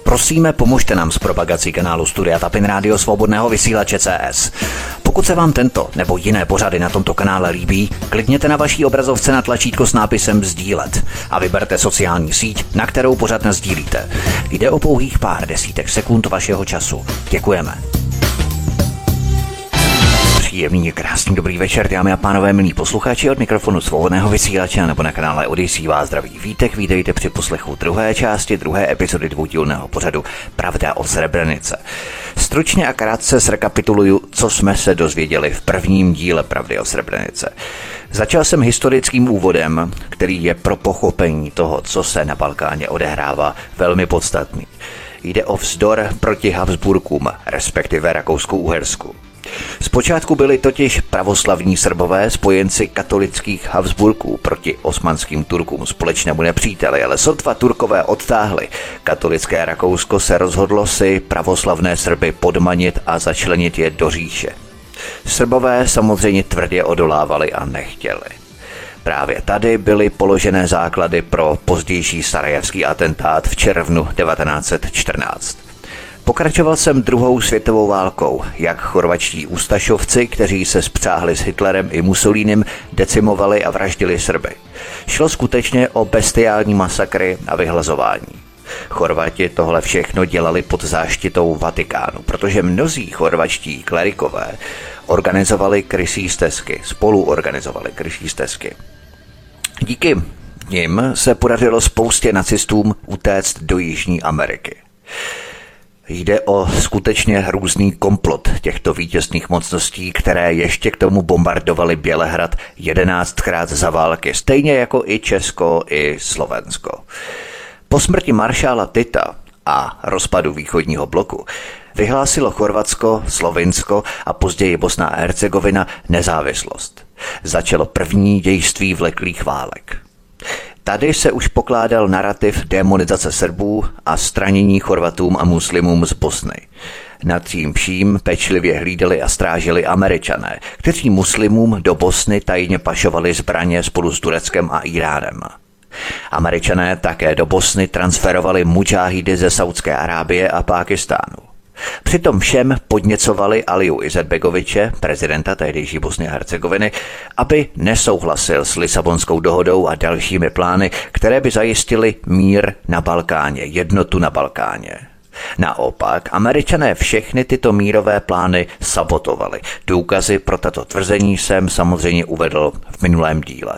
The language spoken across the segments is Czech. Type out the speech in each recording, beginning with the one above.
Prosíme, pomožte nám s propagací kanálu Studia Tapin Rádio Svobodného vysílače CS. Pokud se vám tento nebo jiné pořady na tomto kanále líbí, klikněte na vaší obrazovce na tlačítko s nápisem sdílet a vyberte sociální síť, na kterou pořad nasdílíte. Jde o pouhých pár desítek sekund vašeho času. Děkujeme. Příjemný, krásný, dobrý večer, dámy a pánové, milí posluchači, od mikrofonu Svobodného vysílače nebo na kanále Odyssey vás zdraví Vítek. Vítejte při poslechu druhé části, druhé epizody dvoudílného pořadu Pravda o Srebrenice. Stručně a krátce zrekapituluju, co jsme se dozvěděli v prvním díle Pravdy o Srebrenice. Začal jsem historickým úvodem, který je pro pochopení toho, co se na Balkáně odehrává, velmi podstatný. Jde o vzdor proti Habsburkům, respektive Rakousku-Uhersku. Zpočátku byli totiž pravoslavní Srbové spojenci katolických Habsburků proti osmanským Turkům, společnému nepříteli, ale sotva Turkové odtáhli. Katolické Rakousko se rozhodlo si pravoslavné Srby podmanit a začlenit je do říše. Srbové samozřejmě tvrdě odolávali a nechtěli. Právě tady byly položené základy pro pozdější sarajevský atentát v červnu 1914. Pokračoval jsem druhou světovou válkou, jak chorvatští ustašovci, kteří se spřáhli s Hitlerem i Mussolínem, decimovali a vraždili Srby. Šlo skutečně o bestiální masakry a vyhlazování. Chorvati tohle všechno dělali pod záštitou Vatikánu, protože mnozí chorvatští klerikové organizovali krysí stezky, spoluorganizovali krysí stezky. Díky nim se podařilo spoustě nacistům utéct do Jižní Ameriky. Jde o skutečně hrůzný komplot těchto vítězných mocností, které ještě k tomu bombardovaly Bělehrad 11krát za války, stejně jako i Česko i Slovensko. Po smrti maršála Tita a rozpadu východního bloku vyhlásilo Chorvatsko, Slovinsko a později Bosna a Hercegovina nezávislost. Začalo první dějství vleklých válek. Tady se už pokládal narrativ demonizace Srbů a stranění Chorvatům a muslimům z Bosny. Nad tím vším pečlivě hlídali a strážili Američané, kteří muslimům do Bosny tajně pašovali zbraně spolu s Tureckem a Iránem. Američané také do Bosny transferovali mudžáhidy ze Saudské Arábie a Pákistánu. Přitom všem podněcovali Aliju Izetbegoviče, prezidenta tehdejší Bosny a Hercegoviny, aby nesouhlasil s Lisabonskou dohodou a dalšími plány, které by zajistily mír na Balkáně, jednotu na Balkáně. Naopak, Američané všechny tyto mírové plány sabotovali. Důkazy pro tato tvrzení jsem samozřejmě uvedl v minulém díle.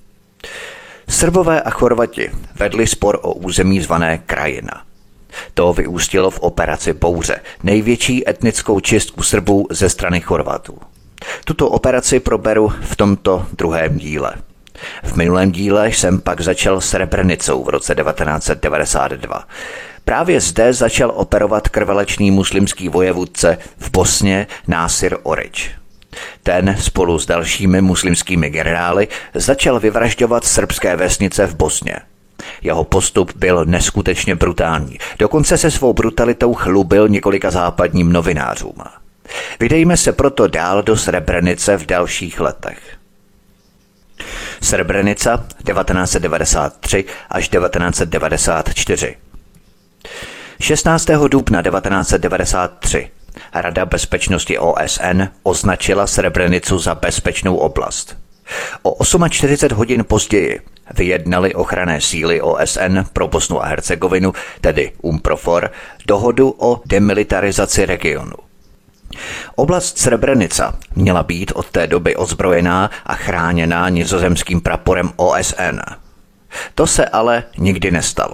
Srbové a Chorvati vedli spor o území zvané Krajina. To vyústilo v operaci Bouře, největší etnickou čistku Srbů ze strany Chorvatů. Tuto operaci proberu v tomto druhém díle. V minulém díle jsem pak začal Srebrenicou v roce 1992. Právě zde začal operovat krvelečný muslimský vojevůdce v Bosně Násir Orić. Ten spolu s dalšími muslimskými generály začal vyvražďovat srbské vesnice v Bosně. Jeho postup byl neskutečně brutální. Dokonce se svou brutalitou chlubil několika západním novinářům. Vydejme se proto dál do Srebrenice v dalších letech. Srebrenica 1993 až 1994. 16. dubna 1993 Rada bezpečnosti OSN označila Srebrenicu za bezpečnou oblast. O 48 hodin později vyjednali ochranné síly OSN pro Bosnu a Hercegovinu, tedy UNPROFOR, dohodu o demilitarizaci regionu. Oblast Srebrenica měla být od té doby odzbrojená a chráněná nizozemským praporem OSN. To se ale nikdy nestalo.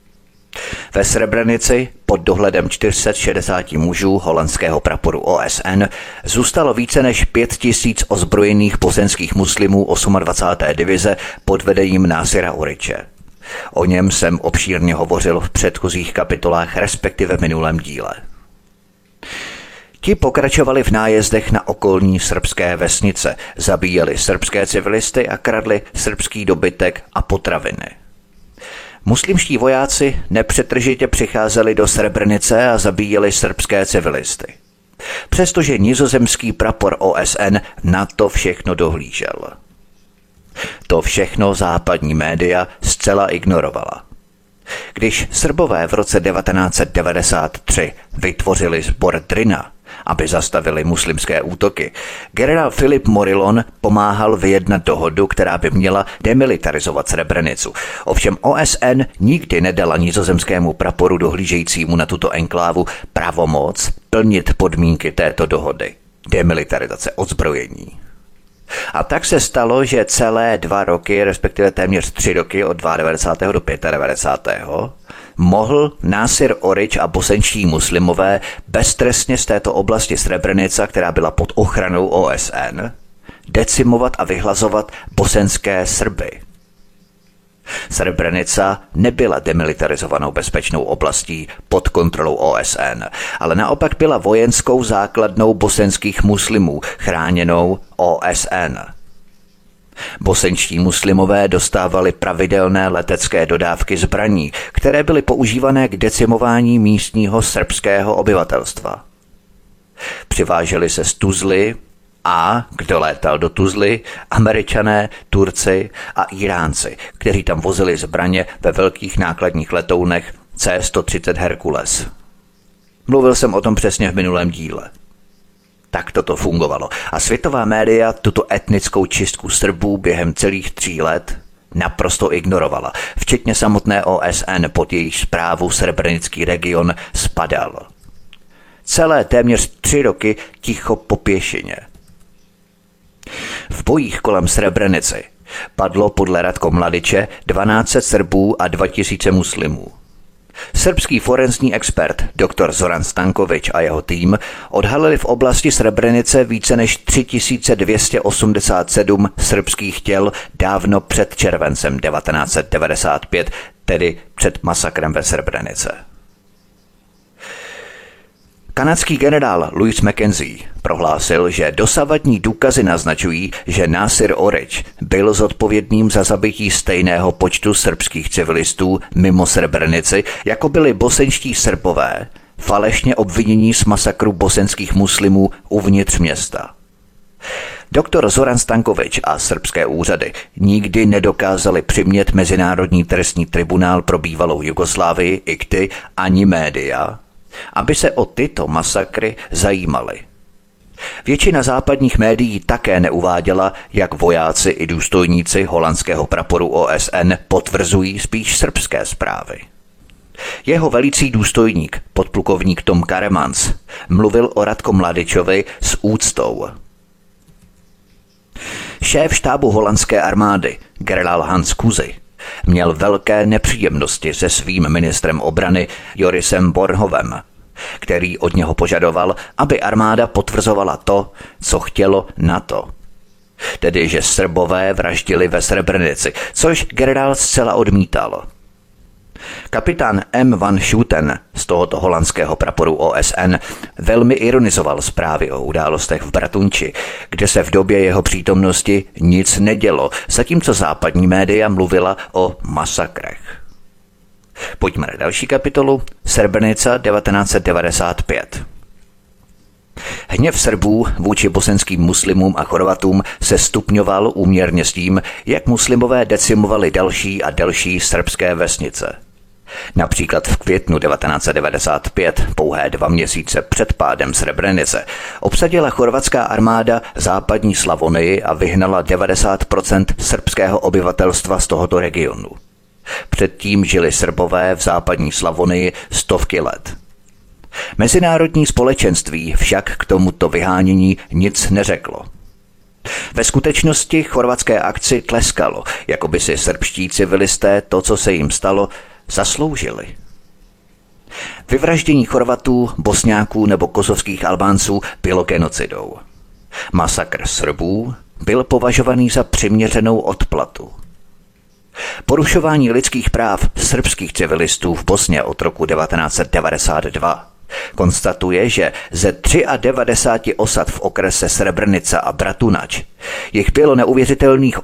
Ve Srebrenici pod dohledem 460 mužů holandského praporu OSN zůstalo více než 5000 ozbrojených bosenských muslimů 28. divize pod vedením Násira Oriće. O něm jsem obšírně hovořil v předchozích kapitolách, respektive v minulém díle. Ti pokračovali v nájezdech na okolní srbské vesnice, zabíjeli srbské civilisty a kradli srbský dobytek a potraviny. Muslimští vojáci nepřetržitě přicházeli do Srebrenice a zabíjeli srbské civilisty. Přestože nizozemský prapor OSN na to všechno dohlížel. To všechno západní média zcela ignorovala. Když Srbové v roce 1993 vytvořili sbor Drina, aby zastavili muslimské útoky, generál Filip Morillon pomáhal vyjednat dohodu, která by měla demilitarizovat Srebrenicu. Ovšem OSN nikdy nedala nizozemskému praporu dohlížejícímu na tuto enklávu pravomoc plnit podmínky této dohody. Demilitarizace, odzbrojení. A tak se stalo, že celé 2 roky, respektive téměř 3 roky od 92. do 95. mohl Násir Orić a bosenští muslimové beztrestně z této oblasti Srebrenica, která byla pod ochranou OSN, decimovat a vyhlazovat bosenské Srby. Srebrenica nebyla demilitarizovanou bezpečnou oblastí pod kontrolou OSN, ale naopak byla vojenskou základnou bosenských muslimů, chráněnou OSN. Bosenští muslimové dostávali pravidelné letecké dodávky zbraní, které byly používané k decimování místního srbského obyvatelstva. Přiváželi se z Tuzly a kdo létal do Tuzly? Američané, Turci a Iránci, kteří tam vozili zbraně ve velkých nákladních letounech C-130 Hercules. Mluvil jsem o tom přesně v minulém díle. Tak toto fungovalo. A světová média tuto etnickou čistku Srbů během celých 3 let naprosto ignorovala, včetně samotné OSN, pod jejíž správu srebrenický region spadal. Celé téměř 3 roky ticho po pěšině. V bojích kolem Srebrenici padlo podle Ratko Mladiče 1200 Srbů a 2000 muslimů. Srbský forenzní expert dr. Zoran Stankovič a jeho tým odhalili v oblasti Srebrenice více než 3287 srbských těl dávno před červencem 1995, tedy před masakrem ve Srebrenice. Kanadský generál Louis Mackenzie prohlásil, že dosavadní důkazy naznačují, že Násir Orić byl zodpovědným za zabití stejného počtu srbských civilistů mimo Srebrenici, jako byli bosenští Srbové, falešně obvinění z masakru bosenských muslimů uvnitř města. Doktor Zoran Stankovič a srbské úřady nikdy nedokázali přimět Mezinárodní trestní tribunál pro bývalou Jugoslávii, ICTY, ani média, aby se o tyto masakry zajímali. Většina západních médií také neuváděla, jak vojáci i důstojníci holandského praporu OSN potvrzují spíš srbské zprávy. Jeho velící důstojník, podplukovník Tom Karemans, mluvil o Ratku Mladičovi s úctou. Šéf štábu holandské armády, generál Hans Kuzy, měl velké nepříjemnosti se svým ministrem obrany Jorisem Bornhovem, který od něho požadoval, aby armáda potvrzovala to, co chtělo NATO. Tedy, že Srbové vraždili ve Srebrenici, což generál zcela odmítal. Kapitán M. van Schuten z tohoto holandského praporu OSN velmi ironizoval zprávy o událostech v Bratunči, kde se v době jeho přítomnosti nic nedělo, zatímco západní média mluvila o masakrech. Pojďme na další kapitolu. Srebrenica 1995. Hněv Srbů vůči bosenským muslimům a Chorvatům se stupňoval úměrně s tím, jak muslimové decimovali další a další srbské vesnice. Například v květnu 1995, pouhé 2 měsíce před pádem Srebrenice, obsadila chorvatská armáda západní Slavonii a vyhnala 90% srbského obyvatelstva z tohoto regionu. Předtím žili Srbové v západní Slavonii stovky let. Mezinárodní společenství však k tomuto vyhánění nic neřeklo. Ve skutečnosti chorvatské akci tleskalo, jako by si srbští civilisté to, co se jim stalo, zasloužili. Vyvraždění Chorvatů, Bosňáků nebo kosovských Albánců bylo genocidou. Masakr Srbů byl považovaný za přiměřenou odplatu. Porušování lidských práv srbských civilistů v Bosně od roku 1992 konstatuje, že ze 93 osad v okrese Srebrenica a Bratunač jich bylo neuvěřitelných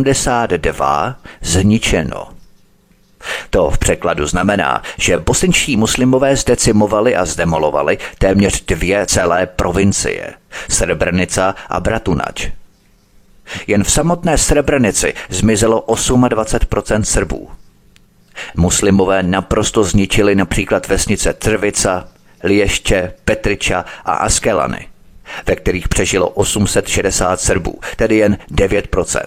82 zničeno. To v překladu znamená, že bosenští muslimové zdecimovali a zdemolovali téměř 2 celé provincie – Srebrenica a Bratunač. Jen v samotné Srebrenici zmizelo 28% Srbů. Muslimové naprosto zničili například vesnice Trvica, Liešče, Petriča a Askelany, ve kterých přežilo 860 Srbů, tedy jen 9%.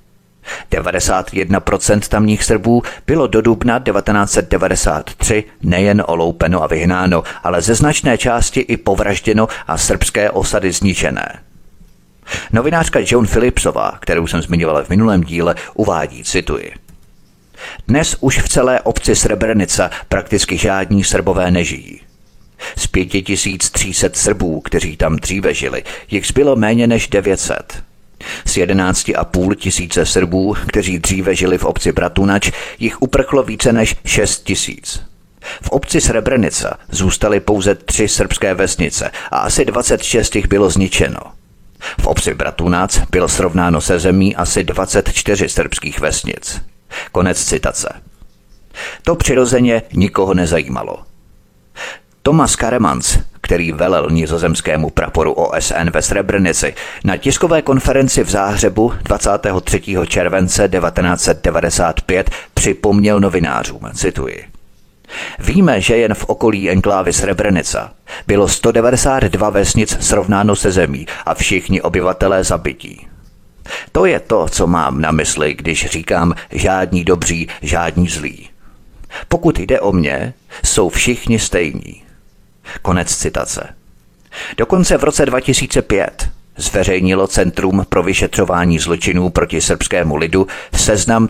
91% tamních Srbů bylo do dubna 1993 nejen oloupeno a vyhnáno, ale ze značné části i povražděno a srbské osady zničené. Novinářka Joan Phillipsová, kterou jsem zmiňoval v minulém díle, uvádí, cituji: Dnes už v celé obci Srebrenica prakticky žádní Srbové nežijí. Z 5300 Srbů, kteří tam dříve žili, jich zbylo méně než 900. Z 11,5 tisíce Srbů, kteří dříve žili v obci Bratunač, jich uprchlo více než 6 000. V obci Srebrenica zůstaly pouze 3 srbské vesnice a asi 26 jich bylo zničeno. V obci Bratunac bylo srovnáno se zemí asi 24 srbských vesnic. Konec citace. To přirozeně nikoho nezajímalo. Thomas Karemans, který velel nizozemskému praporu OSN ve Srebrenici, na tiskové konferenci v Záhřebu 23. července 1995 připomněl novinářům, cituji: Víme, že jen v okolí enklávy Srebrenica bylo 192 vesnic srovnáno se zemí a všichni obyvatelé zabití. To je to, co mám na mysli, když říkám žádní dobří, žádní zlí. Pokud jde o mě, jsou všichni stejní. Konec citace. Dokonce v roce 2005 zveřejnilo Centrum pro vyšetřování zločinů proti srbskému lidu seznam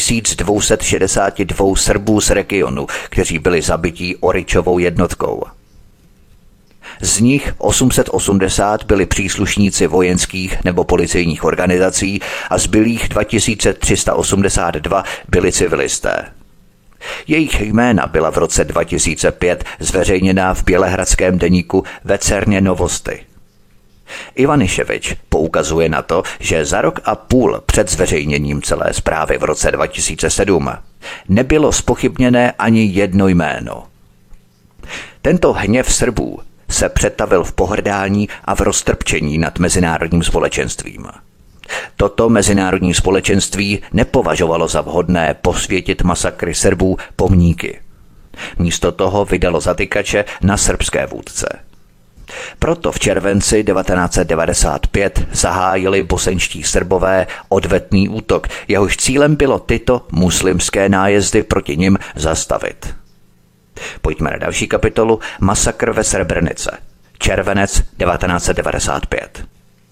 3262 Srbů z regionu, kteří byli zabití Oričovou jednotkou. Z nich 880 byli příslušníci vojenských nebo policejních organizací a zbylých 2382 byli civilisté. Jejich jména byla v roce 2005 zveřejněná v bělehradském deníku Večerní Novosti. Ivaniševič poukazuje na to, že za rok a půl před zveřejněním celé zprávy v roce 2007 nebylo zpochybněné ani jedno jméno. Tento hněv Srbů se přetavil v pohrdání a v roztrpčení nad mezinárodním společenstvím. Toto mezinárodní společenství nepovažovalo za vhodné posvětit masakry Srbů pomníky. Místo toho vydalo zatykače na srbské vůdce. Proto v červenci 1995 zahájili bosenští Srbové odvetný útok, jehož cílem bylo tyto muslimské nájezdy proti nim zastavit. Pojďme na další kapitolu: Masakr ve Srebrenice. Červenec 1995.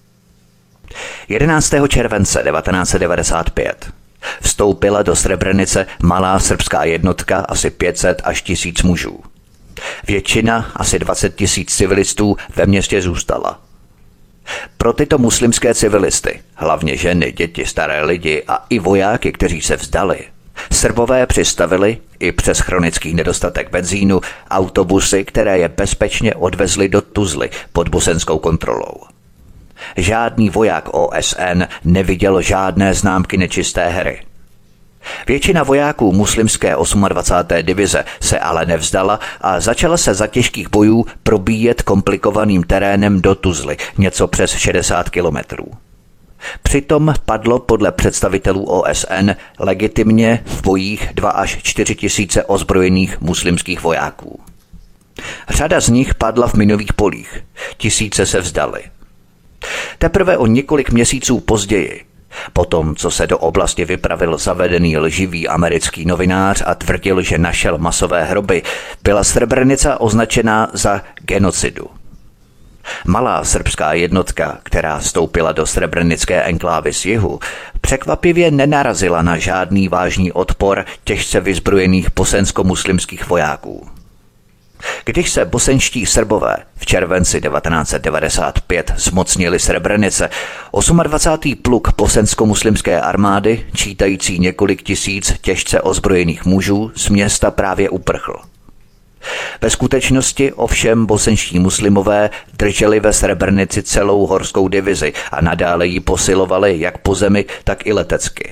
11. července 1995 vstoupila do Srebrenice malá srbská jednotka asi 500 až 1000 mužů. Většina, asi 20 000 civilistů, ve městě zůstala. Pro tyto muslimské civilisty, hlavně ženy, děti, staré lidi a i vojáky, kteří se vzdali, Srbové přistavili, i přes chronický nedostatek benzínu, autobusy, které je bezpečně odvezly do Tuzly pod bosenskou kontrolou. Žádný voják OSN neviděl žádné známky nečisté hry. Většina vojáků muslimské 28. divize se ale nevzdala a začala se za těžkých bojů probíjet komplikovaným terénem do Tuzly, něco přes 60 kilometrů. Přitom padlo podle představitelů OSN legitimně v bojích 2 až 4 tisíce ozbrojených muslimských vojáků. Řada z nich padla v minových polích, tisíce se vzdali. Teprve o několik měsíců později, potom co se do oblasti vypravil zavedený lživý americký novinář a tvrdil, že našel masové hroby, byla Srebrenica označena za genocidu. Malá srbská jednotka, která vstoupila do srebrenické enklávy z jihu, překvapivě nenarazila na žádný vážný odpor těžce vyzbrojených bosensko-muslimských vojáků. Když se bosenští Srbové v červenci 1995 zmocnili Srebrenice, 28. pluk bosensko-muslimské armády, čítající několik tisíc těžce ozbrojených mužů, z města právě uprchl. Ve skutečnosti ovšem bosenští muslimové drželi ve Srebrenici celou horskou divizi a nadále ji posilovali jak po zemi, tak i letecky.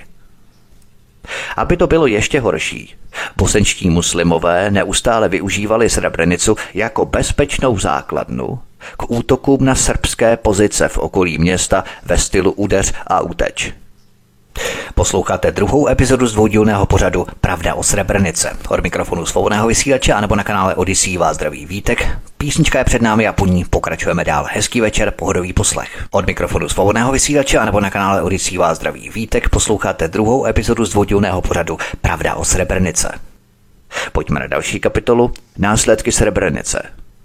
Aby to bylo ještě horší, bosenští muslimové neustále využívali Srebrenicu jako bezpečnou základnu k útokům na srbské pozice v okolí města ve stylu udeř a uteč. Posloucháte druhou epizodu z dvoudílného pořadu Pravda o Srebrenice. Od mikrofonu Svobodného vysílače a nebo na kanále Odyssey vás zdraví Vítek. Písnička je před námi a po ní pokračujeme dál. Hezký večer, pohodový poslech. Od mikrofonu Svobodného vysílače a nebo na kanále Odyssey vás zdraví Vítek. Posloucháte druhou epizodu z dvoudílného pořadu Pravda o Srebrenice. Pojďme na další kapitolu. Následky Srebrenice.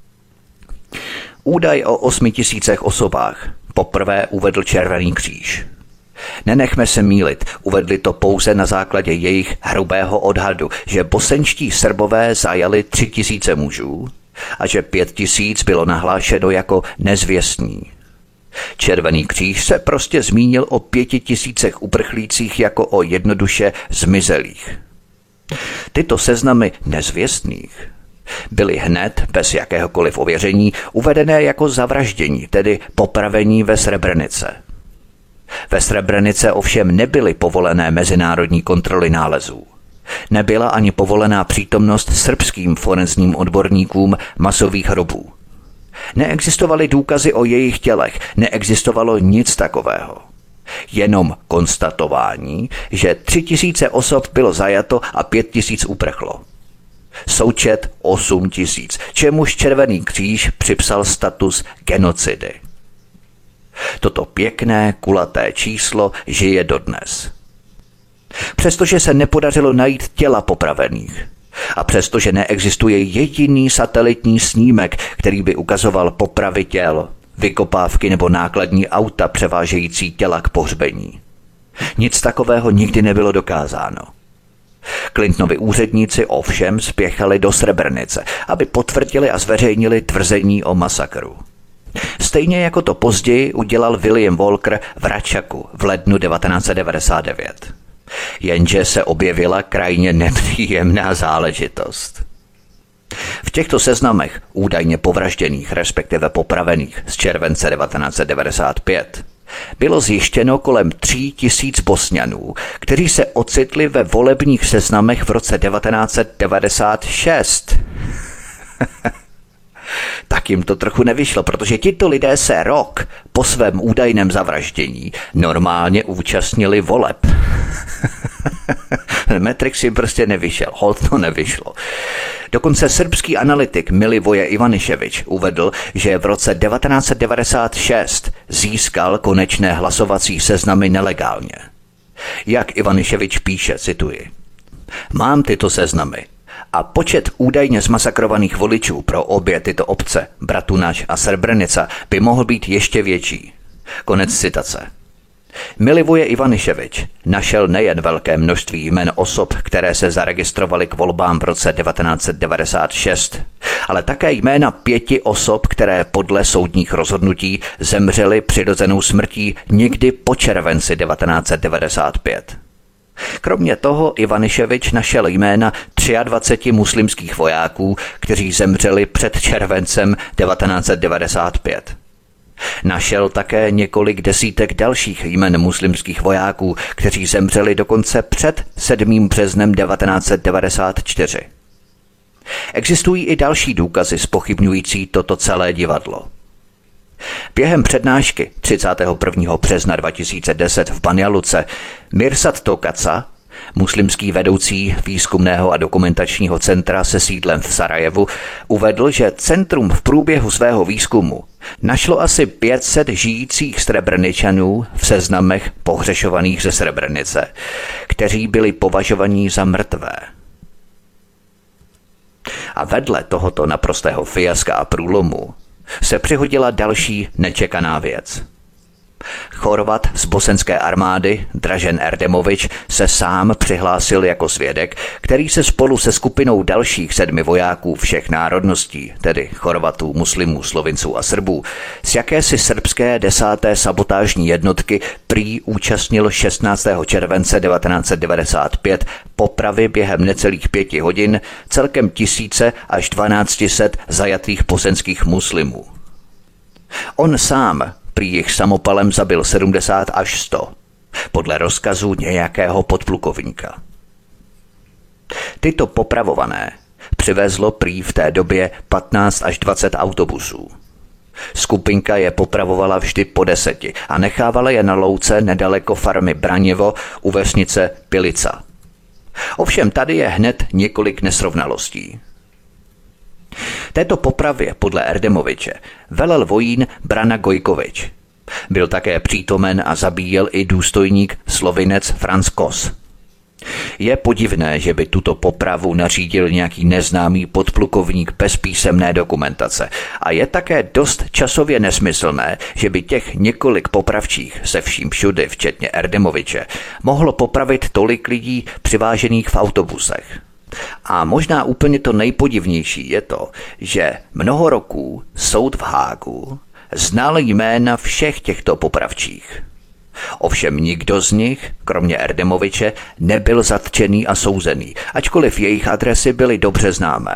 Údaj o 8 000 osobách poprvé uvedl Červený kříž. Nenechme se mýlit, uvedli to pouze na základě jejich hrubého odhadu, že bosenští Srbové zajali 3 000 mužů a že 5 000 bylo nahlášeno jako nezvěstní. Červený kříž se prostě zmínil o 5 000 uprchlících jako o jednoduše zmizelých. Tyto seznamy nezvěstných byly hned, bez jakéhokoliv ověření, uvedené jako zavraždění, tedy popravení ve Srebrenice. Ve Srebrenice ovšem nebyly povolené mezinárodní kontroly nálezů. Nebyla ani povolená přítomnost srbským forenzním odborníkům masových hrobů. Neexistovaly důkazy o jejich tělech, neexistovalo nic takového. Jenom konstatování, že 3 000 osob bylo zajato a 5 000 uprchlo. Součet 8 000, čemuž Červený kříž připsal status genocidy. Toto pěkné, kulaté číslo žije dodnes. Přestože se nepodařilo najít těla popravených a přestože neexistuje jediný satelitní snímek, který by ukazoval popravy těl, vykopávky nebo nákladní auta převážející těla k pohřbení. Nic takového nikdy nebylo dokázáno. Clintonovi úředníci ovšem spěchali do Srebrenice, aby potvrdili a zveřejnili tvrzení o masakru. Stejně jako to později udělal William Walker v Račaku v lednu 1999. Jenže se objevila krajně nepříjemná záležitost. V těchto seznamech údajně povražděných, respektive popravených z července 1995, bylo zjištěno kolem 3 000 Bosňanů, kteří se ocitli ve volebních seznamech v roce 1996. Tak jim to trochu nevyšlo, protože tito lidé se rok po svém údajném zavraždění normálně účastnili voleb. Matrix jim prostě nevyšel, holt to nevyšlo. Dokonce srbský analytik Milivoje Ivaniševič uvedl, že v roce 1996 získal konečné hlasovací seznamy nelegálně. Jak Ivaniševič píše, cituji: Mám tyto seznamy a počet údajně zmasakrovaných voličů pro obě tyto obce, Bratunač a Srebrenica, by mohl být ještě větší. Konec citace. Milivoje Ivaniševič našel nejen velké množství jmen osob, které se zaregistrovaly k volbám v roce 1996, ale také jména 5 osob, které podle soudních rozhodnutí zemřely přirozenou smrtí někdy po červenci 1995. Kromě toho Ivaniševič našel jména 23 muslimských vojáků, kteří zemřeli před červencem 1995. Našel také několik desítek dalších jmen muslimských vojáků, kteří zemřeli dokonce před 7. březnem 1994. Existují i další důkazy zpochybňující toto celé divadlo. Během přednášky 31. března 2010 v Banja Luce Mirsad Tokaca, muslimský vedoucí výzkumného a dokumentačního centra se sídlem v Sarajevu, uvedl, že centrum v průběhu svého výzkumu našlo asi 500 žijících Srebreničanů v seznamech pohřešovaných ze Srebrenice, kteří byli považovaní za mrtvé. A vedle tohoto naprostého fiaska a průlomu se přihodila další nečekaná věc. Chorvat z bosenské armády Dražen Erdemovič se sám přihlásil jako svědek, který se spolu se skupinou dalších 7 vojáků všech národností, tedy Chorvatů, Muslimů, Slovinců a Srbů, z jakési srbské 10. sabotážní jednotky prý účastnil 16. července 1995 popravy během necelých 5 hodin celkem 1000 až 1200 zajatých bosenských muslimů. On sám prý jich samopalem zabil 70 až 100, podle rozkazu nějakého podplukovníka. Tyto popravované přivezlo prý v té době 15 až 20 autobusů. Skupinka je popravovala vždy po 10 a nechávala je na louce nedaleko farmy Braněvo u vesnice Pilica. Ovšem tady je hned několik nesrovnalostí. Této popravě podle Erdemoviče velel vojín Brana Gojkovič. Byl také přítomen a zabíjel i důstojník Slovinec Franz Kos. Je podivné, že by tuto popravu nařídil nějaký neznámý podplukovník bez písemné dokumentace a je také dost časově nesmyslné, že by těch několik popravčích se vším všudy, včetně Erdemoviče, mohlo popravit tolik lidí přivážených v autobusech. A možná úplně to nejpodivnější je to, že mnoho roků soud v Hágu znal jména všech těchto popravčích. Ovšem nikdo z nich, kromě Erdemoviče, nebyl zatčený a souzený, ačkoliv jejich adresy byly dobře známé.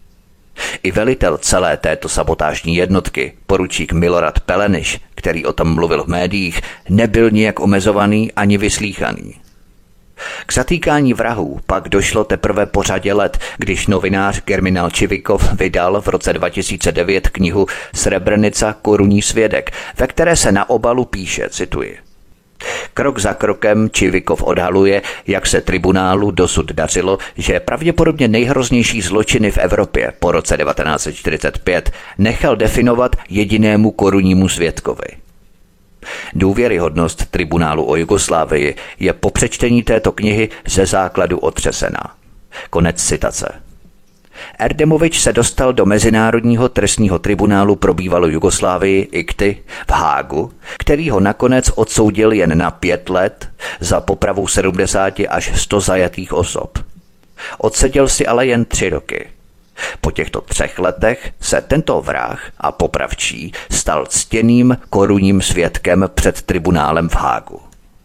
I velitel celé této sabotážní jednotky, poručík Milorad Peleniš, který o tom mluvil v médiích, nebyl nijak omezovaný ani vyslýchaný. K zatýkání vrahů pak došlo teprve po řadě let, když novinář Germinal Čivikov vydal v roce 2009 knihu Srebrenica korunní svědek, ve které se na obalu píše, cituji: Krok za krokem Čivikov odhaluje, jak se tribunálu dosud dařilo, že pravděpodobně nejhroznější zločiny v Evropě po roce 1945 nechal definovat jedinému korunnímu svědkovi. Důvěryhodnost tribunálu o Jugoslávii je po přečtení této knihy ze základu otřesena. Konec citace. Erdemovič se dostal do Mezinárodního trestního tribunálu pro bývalou Jugoslávii ICTY v Hágu, který ho nakonec odsoudil jen na 5 let za popravu 70 až 100 zajatých osob. Odseděl si ale jen 3 roky. Po těchto 3 letech se tento vrah a popravčí stal ctěným korunním svědkem před tribunálem v Hágu.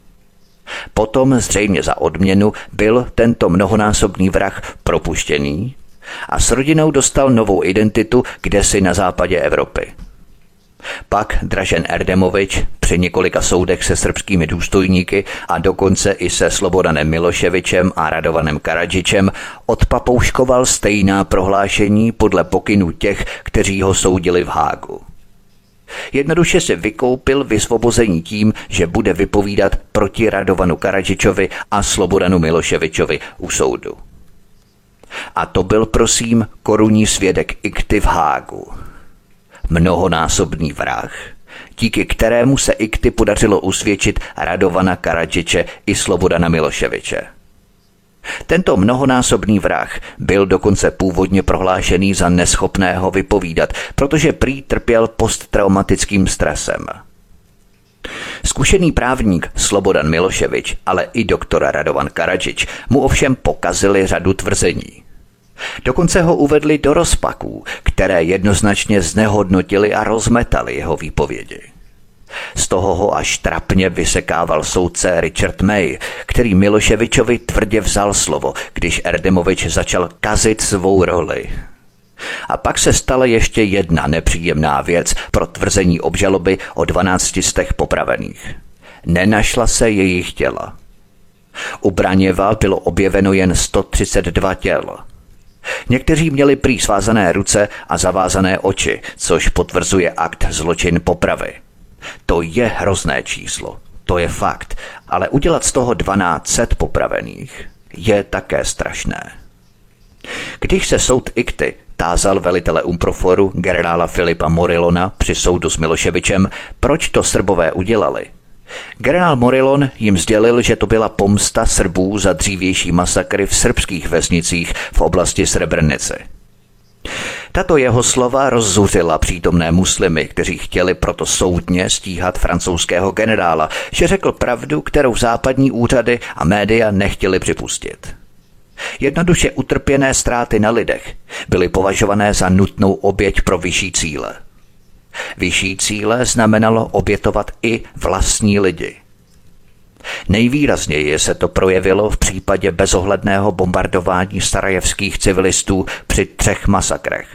Potom zřejmě za odměnu byl tento mnohonásobný vrah propuštěný a s rodinou dostal novou identitu kdesi na západě Evropy. Pak Dražen Erdemovič při několika soudech se srbskými důstojníky a dokonce i se Slobodanem Miloševičem a Radovanem Karadžičem odpapouškoval stejná prohlášení podle pokynů těch, kteří ho soudili v Hágu. Jednoduše si vykoupil vysvobození tím, že bude vypovídat proti Radovanu Karadžičovi a Slobodanu Miloševičovi u soudu. A to byl, prosím, korunní svědek ICTY v Hágu. Mnohonásobný vrah, díky kterému se ICTY podařilo usvědčit Radovana Karadžiče i Slobodana Miloševiče. Tento mnohonásobný vrah byl dokonce původně prohlášený za neschopného vypovídat, protože prý trpěl posttraumatickým stresem. Zkušený právník Slobodan Miloševič, ale i doktor Radovan Karadžič mu ovšem pokazili řadu tvrzení. Dokonce ho uvedli do rozpaků, které jednoznačně znehodnotili a rozmetali jeho výpovědi. Z toho ho až trapně vysekával soudce Richard May, který Miloševičovi tvrdě vzal slovo, když Erdemovič začal kazit svou roli. A pak se stala ještě jedna nepříjemná věc pro tvrzení obžaloby o 12 popravených. Nenašla se jejich těla. U Braněva bylo objeveno jen 132 těl. Někteří měli prý svázané ruce a zavázané oči, což potvrzuje akt zločin popravy. To je hrozné číslo, to je fakt, ale udělat z toho 1200 popravených je také strašné. Když se soud ICTY tázal velitele Umproforu generála Filipa Morilona při soudu s Miloševičem, proč to Srbové udělali, generál Morilon jim sdělil, že to byla pomsta Srbů za dřívější masakry v srbských vesnicích v oblasti Srebrenice. Tato jeho slova rozzuřila přítomné muslimy, kteří chtěli proto soudně stíhat francouzského generála, že řekl pravdu, kterou západní úřady a média nechtěli připustit. Jednoduše utrpěné ztráty na lidech byly považované za nutnou oběť pro vyšší cíle. Vyšší cíle znamenalo obětovat i vlastní lidi. Nejvýrazněji se to projevilo v případě bezohledného bombardování sarajevských civilistů při 3 masakrech.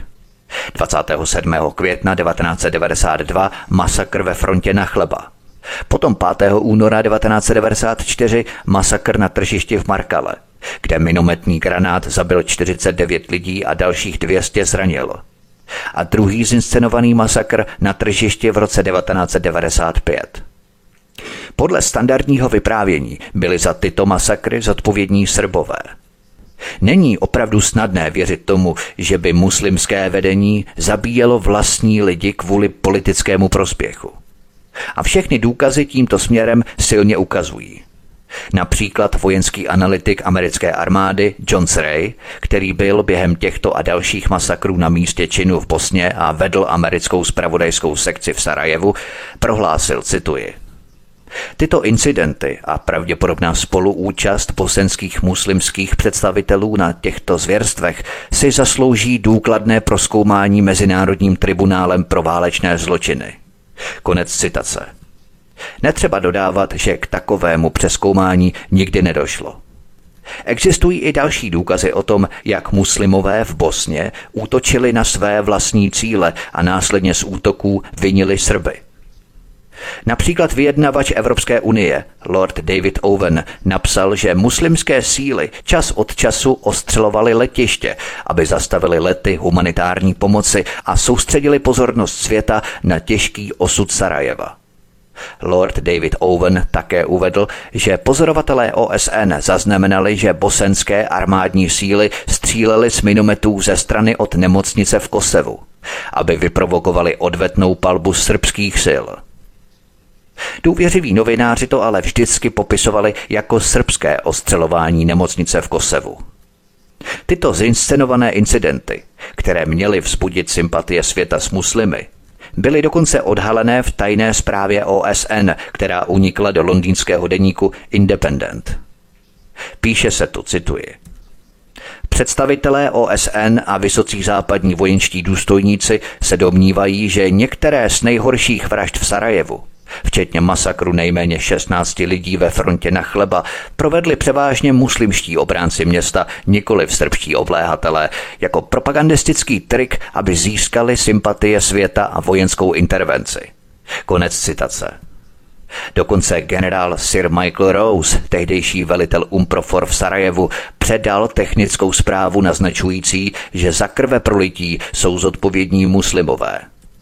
27. května 1992 masakr ve frontě na Chleba. Potom 5. února 1994 masakr na tržišti v Markale, kde minometný granát zabil 49 lidí a dalších 200 zranil. a druhý zinscenovaný masakr na tržišti v roce 1995. Podle standardního vyprávění byli za tyto masakry zodpovědní Srbové. Není opravdu snadné věřit tomu, že by muslimské vedení zabíjelo vlastní lidi kvůli politickému prospěchu. A všechny důkazy tímto směrem silně ukazují. Například vojenský analytik americké armády John Ray, který byl během těchto a dalších masakrů na místě činu v Bosně a vedl americkou zpravodajskou sekci v Sarajevu, prohlásil, cituji: tyto incidenty a pravděpodobná spoluúčast bosenských muslimských představitelů na těchto zvěrstvech si zaslouží důkladné prozkoumání Mezinárodním tribunálem pro válečné zločiny. Konec citace. Netřeba dodávat, že k takovému přezkoumání nikdy nedošlo. Existují i další důkazy o tom, jak muslimové v Bosně útočili na své vlastní cíle a následně z útoků vinili Srby. Například vyjednavač Evropské unie Lord David Owen napsal, že muslimské síly čas od času ostřelovaly letiště, aby zastavili lety humanitární pomoci a soustředili pozornost světa na těžký osud Sarajeva. Lord David Owen také uvedl, že pozorovatelé OSN zaznamenali, že bosenské armádní síly střílely z minometů ze strany od nemocnice v Kosevu, aby vyprovokovali odvetnou palbu srbských sil. Důvěřiví novináři to ale vždycky popisovali jako srbské ostřelování nemocnice v Kosevu. Tyto zinscenované incidenty, které měly vzbudit sympatie světa s muslimy, byly dokonce odhalené v tajné zprávě OSN, která unikla do londýnského deníku Independent. Píše se tu, cituji: představitelé OSN a vysocí západní vojenští důstojníci se domnívají, že některé z nejhorších vražd v Sarajevu, včetně masakru nejméně 16 lidí ve frontě na chleba, provedli převážně muslimští obránci města, nikoliv srbští obléhatelé, jako propagandistický trik, aby získali sympatie světa a vojenskou intervenci. Konec citace. Dokonce generál Sir Michael Rose, tehdejší velitel UNPROFOR v Sarajevu, předal technickou zprávu naznačující, že za krveprolití jsou zodpovědní muslimové.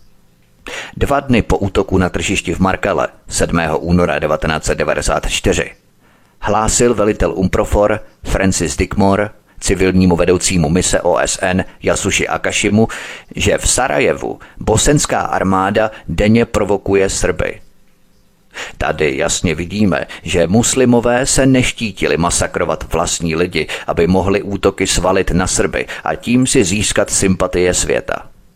2 dny po útoku na tržišti v Markale 7. února 1994 hlásil velitel UNPROFOR Francis Dickmore civilnímu vedoucímu mise OSN Yasushi Akashimu, že v Sarajevu bosenská armáda denně provokuje Srby. Tady jasně vidíme, že muslimové se neštítili masakrovat vlastní lidi, aby mohli útoky svalit na Srby a tím si získat sympatie světa.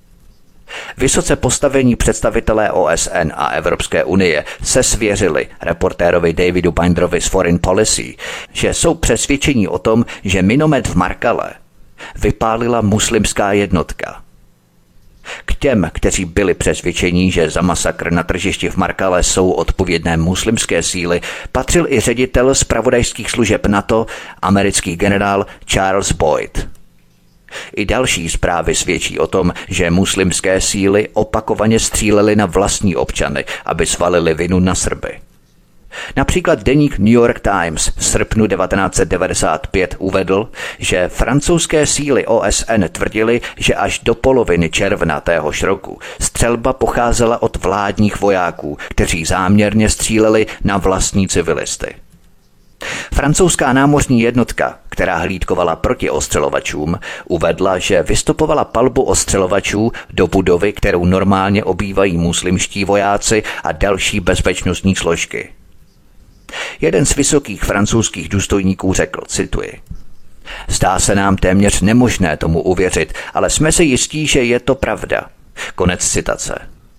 Vysoce postavení představitelé OSN a Evropské unie se svěřili reportérovi Davidu Binderovi z Foreign Policy, že jsou přesvědčení o tom, že minomet v Markale vypálila muslimská jednotka. K těm, kteří byli přesvědčení, že za masakr na tržišti v Markale jsou odpovědné muslimské síly, patřil i ředitel zpravodajských služeb NATO, americký generál Charles Boyd. I další zprávy svědčí o tom, že muslimské síly opakovaně střílely na vlastní občany, aby svalili vinu na Srby. Například deník New York Times v srpnu 1995 uvedl, že francouzské síly OSN tvrdily, že až do poloviny června téhož roku střelba pocházela od vládních vojáků, kteří záměrně stříleli na vlastní civilisty. Francouzská námořní jednotka, která hlídkovala proti ostřelovačům, uvedla, že vystopovala palbu ostřelovačů do budovy, kterou normálně obývají muslimští vojáci a další bezpečnostní složky. Jeden z vysokých francouzských důstojníků řekl, cituji: zdá se nám téměř nemožné tomu uvěřit, ale jsme si jistí, že je to pravda. Konec citace.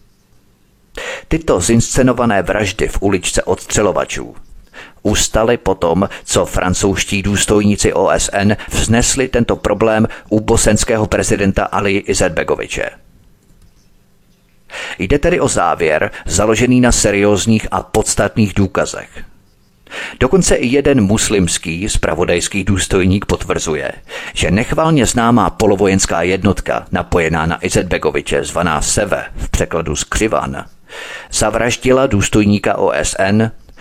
Tyto zinscenované vraždy v uličce odstřelovačů ustaly potom, co francouzští důstojníci OSN vznesli tento problém u bosenského prezidenta Aliji Izetbegoviče. Jde tedy o závěr založený na seriózních a podstatných důkazech. Dokonce i jeden muslimský zpravodajský důstojník potvrzuje, že nechvalně známá polovojenská jednotka napojená na Izetbegoviče zvaná Seve v překladu z Křivan zavraždila důstojníka OSN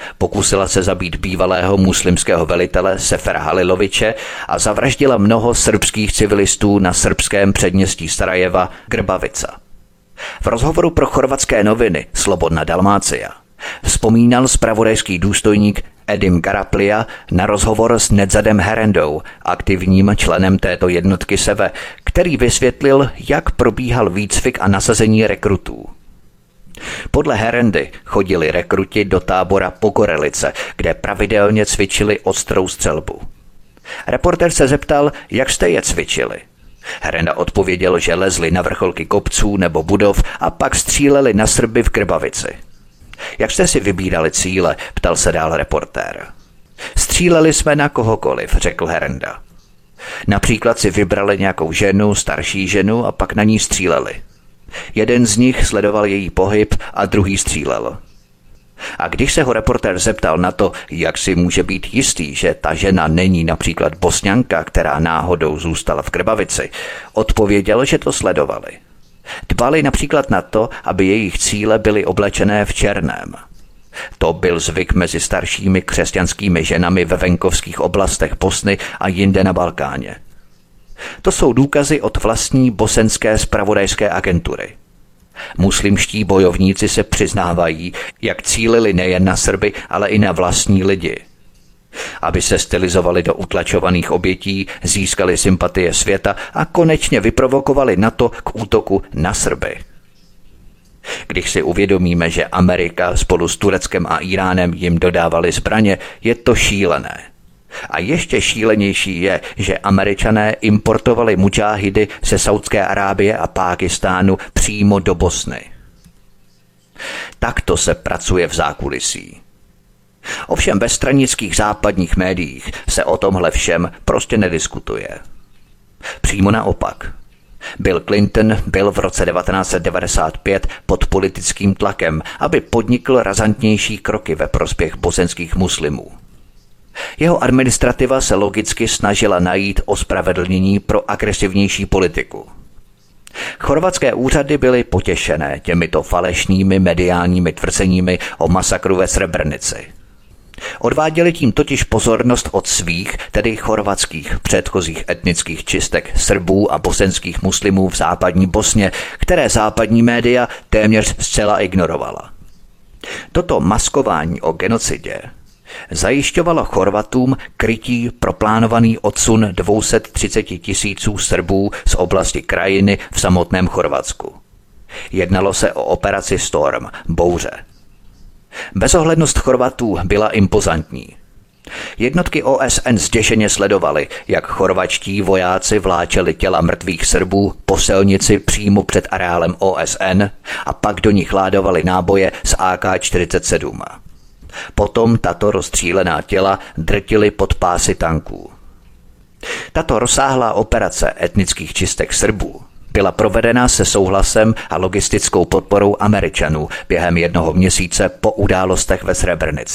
Pokusila se zabít bývalého muslimského velitele Sefera Haliloviče a zavraždila mnoho srbských civilistů na srbském předměstí Sarajeva Grbavica. V rozhovoru pro chorvatské noviny Slobodna Dalmácia vzpomínal zpravodajský důstojník Edim Garaplia na rozhovor s Nedzadem Herendou, aktivním členem této jednotky SEVE, který vysvětlil, jak probíhal výcvik a nasazení rekrutů. Podle Herendy chodili rekruti do tábora Pogorelice, kde pravidelně cvičili ostrou střelbu. Reportér se zeptal, jak jste je cvičili. Herenda odpověděl, že lezli na vrcholky kopců nebo budov a pak stříleli na Srby v Grbavici. Jak jste si vybírali cíle, ptal se dál reportér. Stříleli jsme na kohokoliv, řekl Herenda. Například si vybrali nějakou ženu, starší ženu a pak na ní stříleli. Jeden z nich sledoval její pohyb a druhý střílel. A když se ho reportér zeptal na to, jak si může být jistý, že ta žena není například Bosňanka, která náhodou zůstala v Grbavici, odpověděl, že to sledovali. Dbali například na to, aby jejich cíle byly oblečené v černém. To byl zvyk mezi staršími křesťanskými ženami ve venkovských oblastech Bosny a jinde na Balkáně. To jsou důkazy od vlastní bosenské zpravodajské agentury. Muslimští bojovníci se přiznávají, jak cílili nejen na Srby, ale i na vlastní lidi. Aby se stylizovali do utlačovaných obětí, získali sympatie světa a konečně vyprovokovali NATO k útoku na Srby. Když si uvědomíme, že Amerika spolu s Tureckem a Iránem jim dodávali zbraně, je to šílené. A ještě šílenější je, že Američané importovali mudžáhidy ze Saudské Arábie a Pákistánu přímo do Bosny. Takto se pracuje v zákulisí. Ovšem ve stranických západních médiích se o tomhle všem prostě nediskutuje. Přímo naopak. Bill Clinton byl v roce 1995 pod politickým tlakem, aby podnikl razantnější kroky ve prospěch bosenských muslimů. Jeho administrativa se logicky snažila najít ospravedlnění pro agresivnější politiku. Chorvatské úřady byly potěšené těmito falešnými mediálními tvrzeními o masakru ve Srebrenici. Odváděli tím totiž pozornost od svých, tedy chorvatských předchozích etnických čistek Srbů a bosenských muslimů v západní Bosně, které západní média téměř zcela ignorovala. Toto maskování o genocidě zajišťovalo Chorvatům krytí pro plánovaný odsun 230 000 Srbů z oblasti krajiny v samotném Chorvatsku. Jednalo se o operaci Storm, bouře. Bezohlednost Chorvatů byla impozantní. Jednotky OSN zděšeně sledovaly, jak chorvatští vojáci vláčeli těla mrtvých Srbů po silnici přímo před areálem OSN a pak do nich ládovali náboje z AK-47. Potom tato rozstřílená těla drtily pod pásy tanků. Tato rozsáhlá operace etnických čistek Srbů byla provedena se souhlasem a logistickou podporou Američanů během 1 měsíce po událostech ve Srebrenici.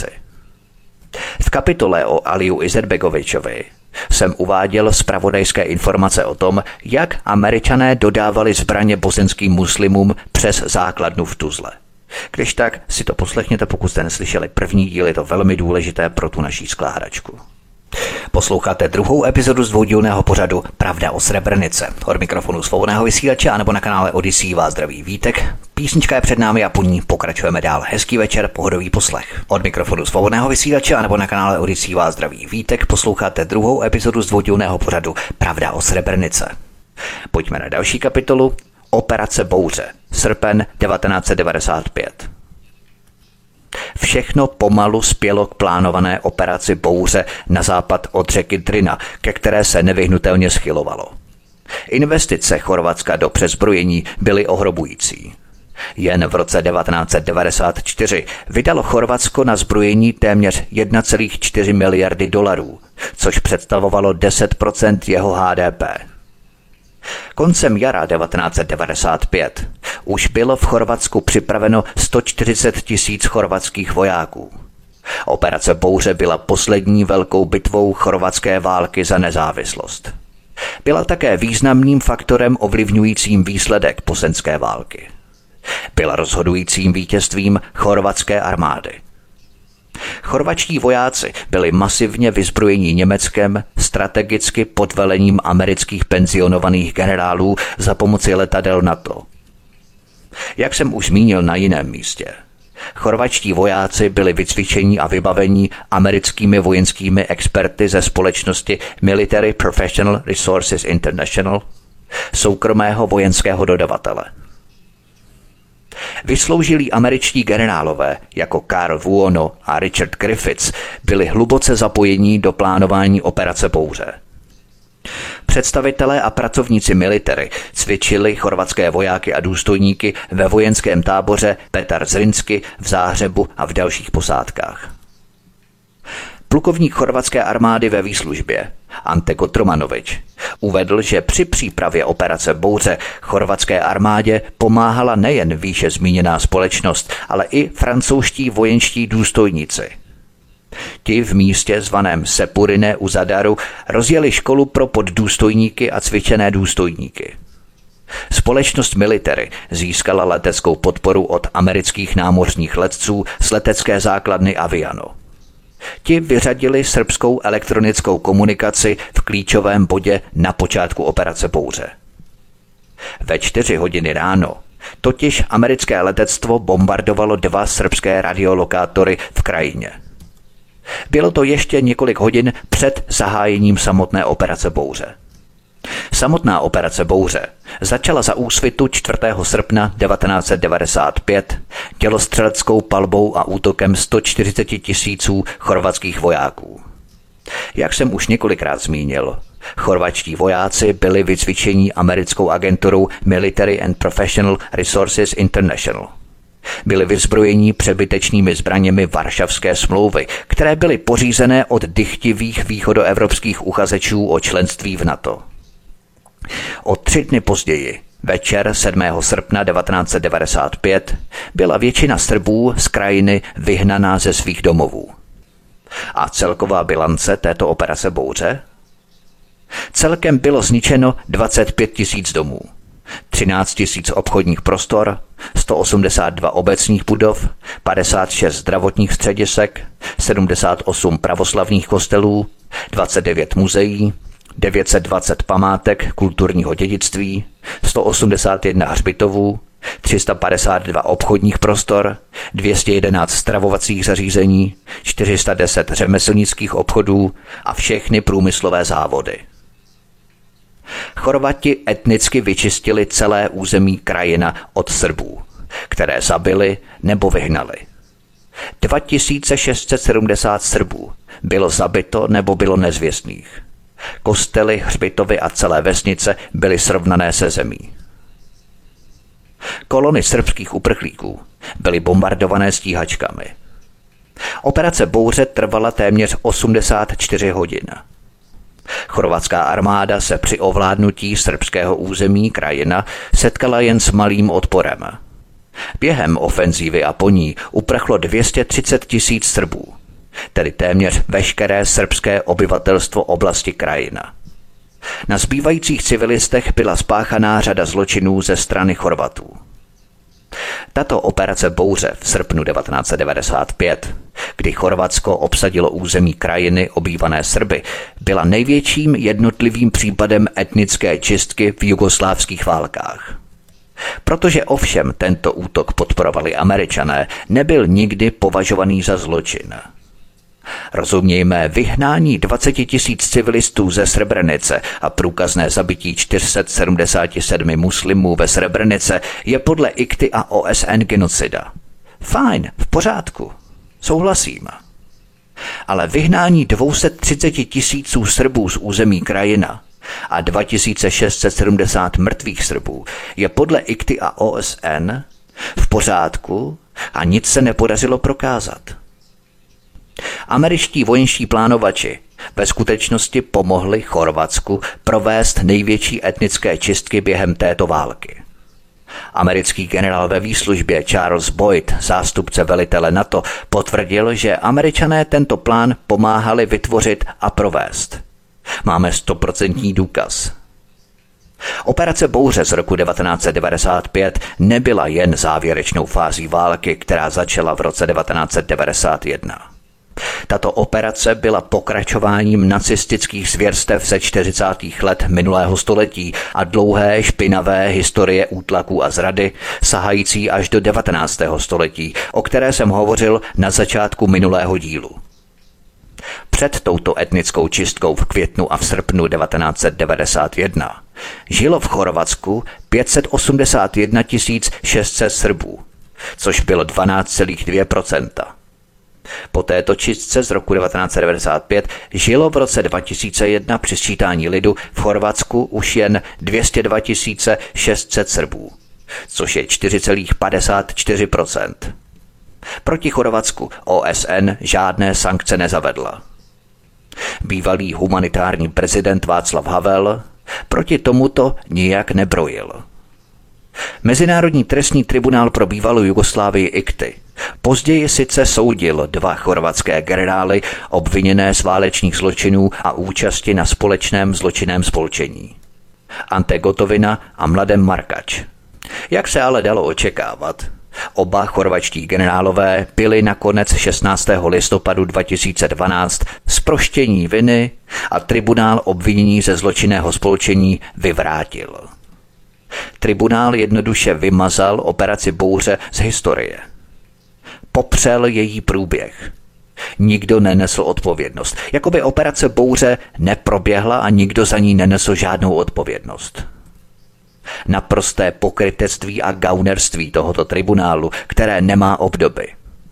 V kapitole o Aliju Izetbegovičovi jsem uváděl zpravodajské informace o tom, jak Američané dodávali zbraně bosenským muslimům přes základnu v Tuzle. Když tak si to poslechněte, pokud jste neslyšeli první díl, je to velmi důležité pro tu naší skládačku. Posloucháte druhou epizodu z dvoudílného pořadu Pravda o Srebrenice. Od mikrofonu Svobodného vysílače a nebo na kanále Odyssey vás zdraví Vítek. Písnička je před námi a po ní pokračujeme dál. Hezký večer, pohodový poslech. Od mikrofonu Svobodného vysílače a nebo na kanále Odyssey vás zdraví Vítek. Posloucháte druhou epizodu z dvoudílného pořadu Pravda o Srebrenice. Pojďme na další kapitolu. Operace bouře. Srpen 1995. Všechno pomalu spělo k plánované operaci bouře na západ od řeky Drina, ke které se nevyhnutelně schylovalo. Investice Chorvatska do přezbrojení byly ohrobující. Jen v roce 1994 vydalo Chorvatsko na zbrojení téměř 1,4 miliardy dolarů, což představovalo 10% jeho HDP. Koncem jara 1995 už bylo v Chorvatsku připraveno 140 000 chorvatských vojáků. Operace bouře byla poslední velkou bitvou chorvatské války za nezávislost. Byla také významným faktorem ovlivňujícím výsledek bosenské války. Byla rozhodujícím vítězstvím chorvatské armády. Chorvatští vojáci byli masivně vyzbrojeni Německem strategicky pod velením amerických penzionovaných generálů za pomoci letadel NATO. Jak jsem už zmínil na jiném místě, chorvatští vojáci byli vycvičeni a vybaveni americkými vojenskými experty ze společnosti Military Professional Resources International, soukromého vojenského dodavatele. Vysloužilí američtí generálové jako Karl Vuono a Richard Griffiths byli hluboce zapojení do plánování operace Bouře. Představitelé a pracovníci military cvičili chorvatské vojáky a důstojníky ve vojenském táboře Petar Zrinski v Záhřebu a v dalších posádkách. Plukovník chorvatské armády ve výslužbě Ante Kotromanović uvedl, že při přípravě operace Bouře chorvatské armádě pomáhala nejen výše zmíněná společnost, ale i francouzští vojenští důstojníci. Ti v místě zvaném Sepurine u Zadaru rozjeli školu pro poddůstojníky a cvičené důstojníky. Společnost Military získala leteckou podporu od amerických námořních letců z letecké základny Aviano. Ti vyřadili srbskou elektronickou komunikaci v klíčovém bodě na počátku operace Bouře. Ve 4 hodiny ráno totiž americké letectvo bombardovalo 2 srbské radiolokátory v krajině. Bylo to ještě několik hodin před zahájením samotné operace Bouře. Samotná operace Bouře začala za úsvitu 4. srpna 1995 dělostřeleckou palbou a útokem 140 000 chorvatských vojáků. Jak jsem už několikrát zmínil, chorvatští vojáci byli vycvičeni americkou agenturou Military and Professional Resources International. Byli vyzbrojeni přebytečnými zbraněmi Varšavské smlouvy, které byly pořízené od dychtivých východoevropských uchazečů o členství v NATO. O 3 dny později, večer 7. srpna 1995, byla většina Srbů z krajiny vyhnaná ze svých domovů. A celková bilance této operace Bouře? Celkem bylo zničeno 25 000 domů, 13 000 obchodních prostor, 182 obecních budov, 56 zdravotních středisek, 78 pravoslavných kostelů, 29 muzeí, 920 památek kulturního dědictví, 181 hřbitovů, 352 obchodních prostor, 211 stravovacích zařízení, 410 řemeslnických obchodů a všechny průmyslové závody. Chorvati etnicky vyčistili celé území krajina od Srbů, které zabili nebo vyhnali. 2670 Srbů bylo zabito nebo bylo nezvěstných. Kostely, hřbitovy a celé vesnice byly srovnané se zemí. Kolony srbských uprchlíků byly bombardované stíhačkami. Operace Bouře trvala téměř 84 hodin. Chorvatská armáda se při ovládnutí srbského území krajina setkala jen s malým odporem. Během ofenzívy a po ní uprchlo 230 000 Srbů, tedy téměř veškeré srbské obyvatelstvo oblasti krajina. Na zbývajících civilistech byla spáchaná řada zločinů ze strany Chorvatů. Tato operace Bouře v srpnu 1995, kdy Chorvatsko obsadilo území krajiny obývané Srby, byla největším jednotlivým případem etnické čistky v jugoslávských válkách. Protože ovšem tento útok podporovali Američané, nebyl nikdy považovaný za zločin. Rozumějme, vyhnání 20 000 civilistů ze Srebrenice a průkazné zabití 477 muslimů ve Srebrenice je podle ICTY a OSN genocida. Fajn, v pořádku, souhlasím. Ale vyhnání 230 000 Srbů z území krajina a 2670 mrtvých Srbů je podle ICTY a OSN v pořádku a nic se nepodařilo prokázat. Američtí vojenští plánovači ve skutečnosti pomohli Chorvatsku provést největší etnické čistky během této války. Americký generál ve výslužbě Charles Boyd, zástupce velitele NATO, potvrdil, že Američané tento plán pomáhali vytvořit a provést. Máme 100% důkaz. Operace Bouře z roku 1995 nebyla jen závěrečnou fází války, která začala v roce 1991. Tato operace byla pokračováním nacistických zvěrstev ze 40. let minulého století a dlouhé špinavé historie útlaku a zrady, sahající až do 19. století, o které jsem hovořil na začátku minulého dílu. Před touto etnickou čistkou v květnu a v srpnu 1991 žilo v Chorvatsku 581 600 Srbů, což bylo 12,2%. Po této čistce z roku 1995 žilo v roce 2001 při sčítání lidu v Chorvatsku už jen 202 600 Srbů, což je 4,54%. Proti Chorvatsku OSN žádné sankce nezavedla. Bývalý humanitární prezident Václav Havel proti tomuto nijak nebrojil. Mezinárodní trestní tribunál pro bývalou Jugoslávii ICTY později sice soudil 2 chorvatské generály obviněné z válečných zločinů a účasti na společném zločinném spolčení. Ante Gotovina a Mladen Markač. Jak se ale dalo očekávat, oba chorvatští generálové byli nakonec 16. listopadu 2012 zproštění viny a tribunál obvinění ze zločinného spolčení vyvrátil. Tribunál jednoduše vymazal operaci Bouře z historie. Popřel její průběh. Nikdo nenesl odpovědnost. Jakoby operace Bouře neproběhla a nikdo za ní nenesl žádnou odpovědnost. Naprosté pokrytectví a gaunerství tohoto tribunálu, které nemá obdoby.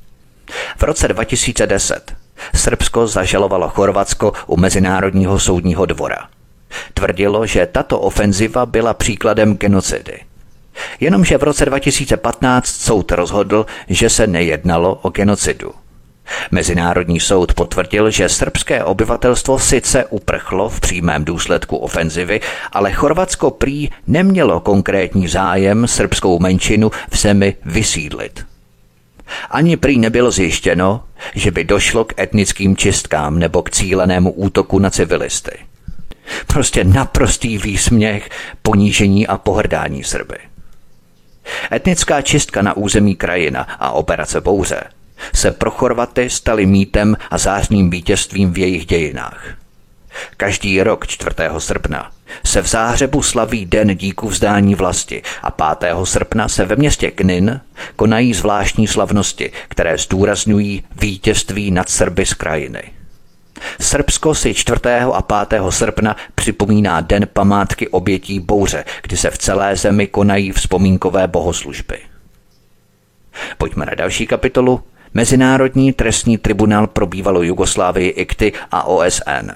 V roce 2010 Srbsko zažalovalo Chorvatsko u Mezinárodního soudního dvora. Tvrdilo, že tato ofenziva byla příkladem genocidy. Jenomže v roce 2015 soud rozhodl, že se nejednalo o genocidu. Mezinárodní soud potvrdil, že srbské obyvatelstvo sice uprchlo v přímém důsledku ofenzivy, ale Chorvatsko prý nemělo konkrétní zájem srbskou menšinu v zemi vysídlit. Ani prý nebylo zjištěno, že by došlo k etnickým čistkám nebo k cílenému útoku na civilisty. Prostě naprostý výsměch, ponížení a pohrdání Srby. Etnická čistka na území krajina a operace Bouře se pro Chorvaty staly mýtem a zářným vítězstvím v jejich dějinách. Každý rok 4. srpna se v Záhřebu slaví Den díku vzdání vlasti a 5. srpna se ve městě Knin konají zvláštní slavnosti, které zdůrazňují vítězství nad Srby z krajiny. Srbsko si 4. a 5. srpna připomíná Den památky obětí bouře, kdy se v celé zemi konají vzpomínkové bohoslužby. Pojďme na další kapitolu. Mezinárodní trestní tribunál pro bývalou Jugoslávii ICTY a OSN.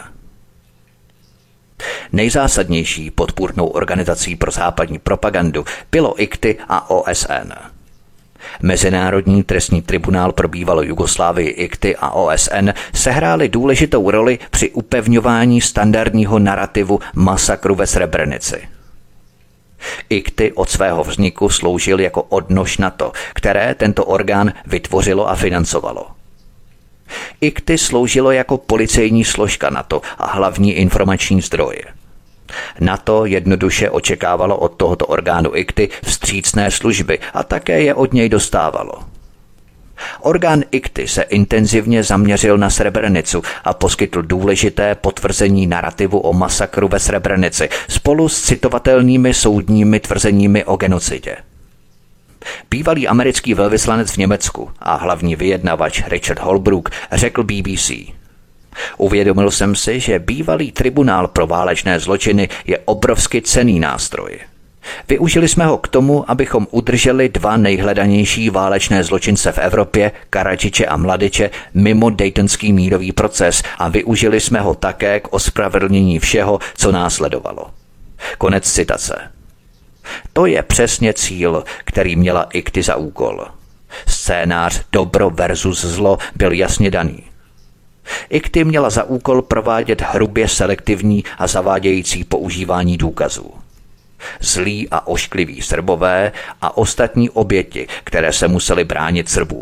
Nejzásadnější podpůrnou organizací pro západní propagandu bylo ICTY a OSN. Mezinárodní trestní tribunál pro bývalou Jugoslávii ICTY a OSN sehrály důležitou roli při upevňování standardního narrativu masakru ve Srebrenici. ICTY od svého vzniku sloužil jako odnož NATO, které tento orgán vytvořilo a financovalo. ICTY sloužilo jako policejní složka NATO a hlavní informační zdroj. NATO jednoduše očekávalo od tohoto orgánu ICTY vstřícné služby a také je od něj dostávalo. Orgán ICTY se intenzivně zaměřil na Srebrenicu a poskytl důležité potvrzení narrativu o masakru ve Srebrenici spolu s citovatelnými soudními tvrzeními o genocidě. Bývalý americký velvyslanec v Německu a hlavní vyjednavač Richard Holbrooke řekl BBC: Uvědomil jsem si, že bývalý tribunál pro válečné zločiny je obrovsky cenný nástroj. Využili jsme ho k tomu, abychom udrželi 2 nejhledanější válečné zločince v Evropě, Karadžiče a Mladiče, mimo Daytonský mírový proces a využili jsme ho také k ospravedlnění všeho, co následovalo. Konec citace. To je přesně cíl, který měla ICTY za úkol. Scénář dobro versus zlo byl jasně daný. ICTY měla za úkol provádět hrubě selektivní a zavádějící používání důkazů. Zlí a oškliví Srbové a ostatní oběti, které se museli bránit Srbům.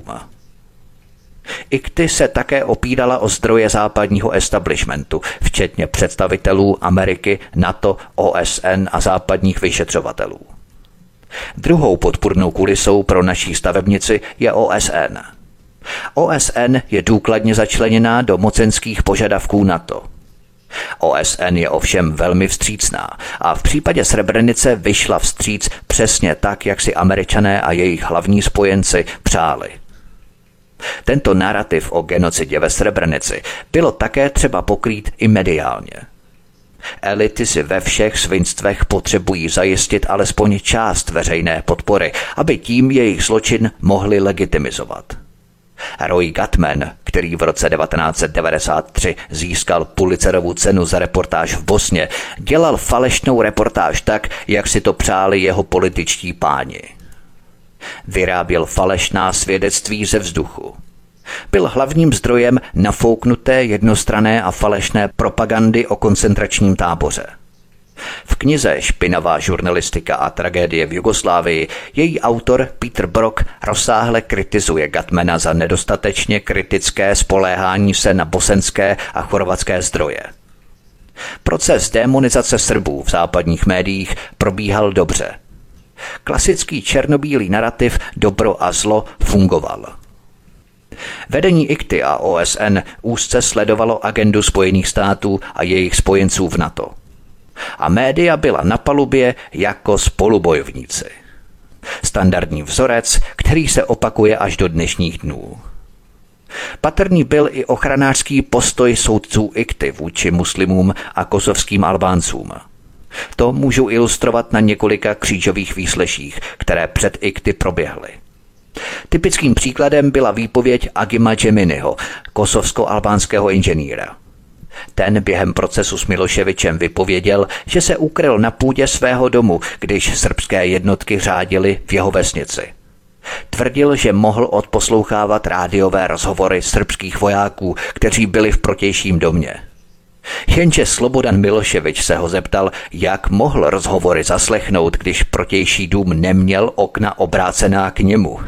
ICTY se také opírala o zdroje západního establishmentu, včetně představitelů Ameriky, NATO, OSN a západních vyšetřovatelů. Druhou podpůrnou kulisou pro naší stavebnici je OSN. OSN je důkladně začleněná do mocenských požadavků NATO. OSN je ovšem velmi vstřícná a v případě Srebrenice vyšla vstříc přesně tak, jak si Američané a jejich hlavní spojenci přáli. Tento narrativ o genocidě ve Srebrenici bylo také třeba pokrýt i mediálně. Elity si ve všech svinstvech potřebují zajistit alespoň část veřejné podpory, aby tím jejich zločin mohli legitimizovat. Roy Gutman, který v roce 1993 získal Pulitzerovu cenu za reportáž v Bosně, dělal falešnou reportáž tak, jak si to přáli jeho političtí páni. Vyráběl falešná svědectví ze vzduchu. Byl hlavním zdrojem nafouknuté, jednostranné a falešné propagandy o koncentračním táboře. V knize Špinavá žurnalistika a tragédie v Jugoslávii její autor Peter Brock rozsáhle kritizuje Gutmana za nedostatečně kritické spoléhání se na bosenské a chorvatské zdroje. Proces démonizace Srbů v západních médiích probíhal dobře. Klasický černobílý narrativ dobro a zlo fungoval. Vedení ICTY a OSN úzce sledovalo agendu Spojených států a jejich spojenců v NATO. A média byla na palubě jako spolubojovníci. Standardní vzorec, který se opakuje až do dnešních dnů. Patrný byl i ochranářský postoj soudců ICTY vůči muslimům a kosovským Albáncům. To můžu ilustrovat na několika křížových výsleších, které před ICTY proběhly. Typickým příkladem byla výpověď Agima Džeminiho, kosovsko-albánského inženýra. Ten během procesu s Miloševičem vypověděl, že se ukryl na půdě svého domu, když srbské jednotky řádily v jeho vesnici. Tvrdil, že mohl odposlouchávat rádiové rozhovory srbských vojáků, kteří byli v protějším domě. Jenže Slobodan Miloševič se ho zeptal, jak mohl rozhovory zaslechnout, když protější dům neměl okna obrácená k němu.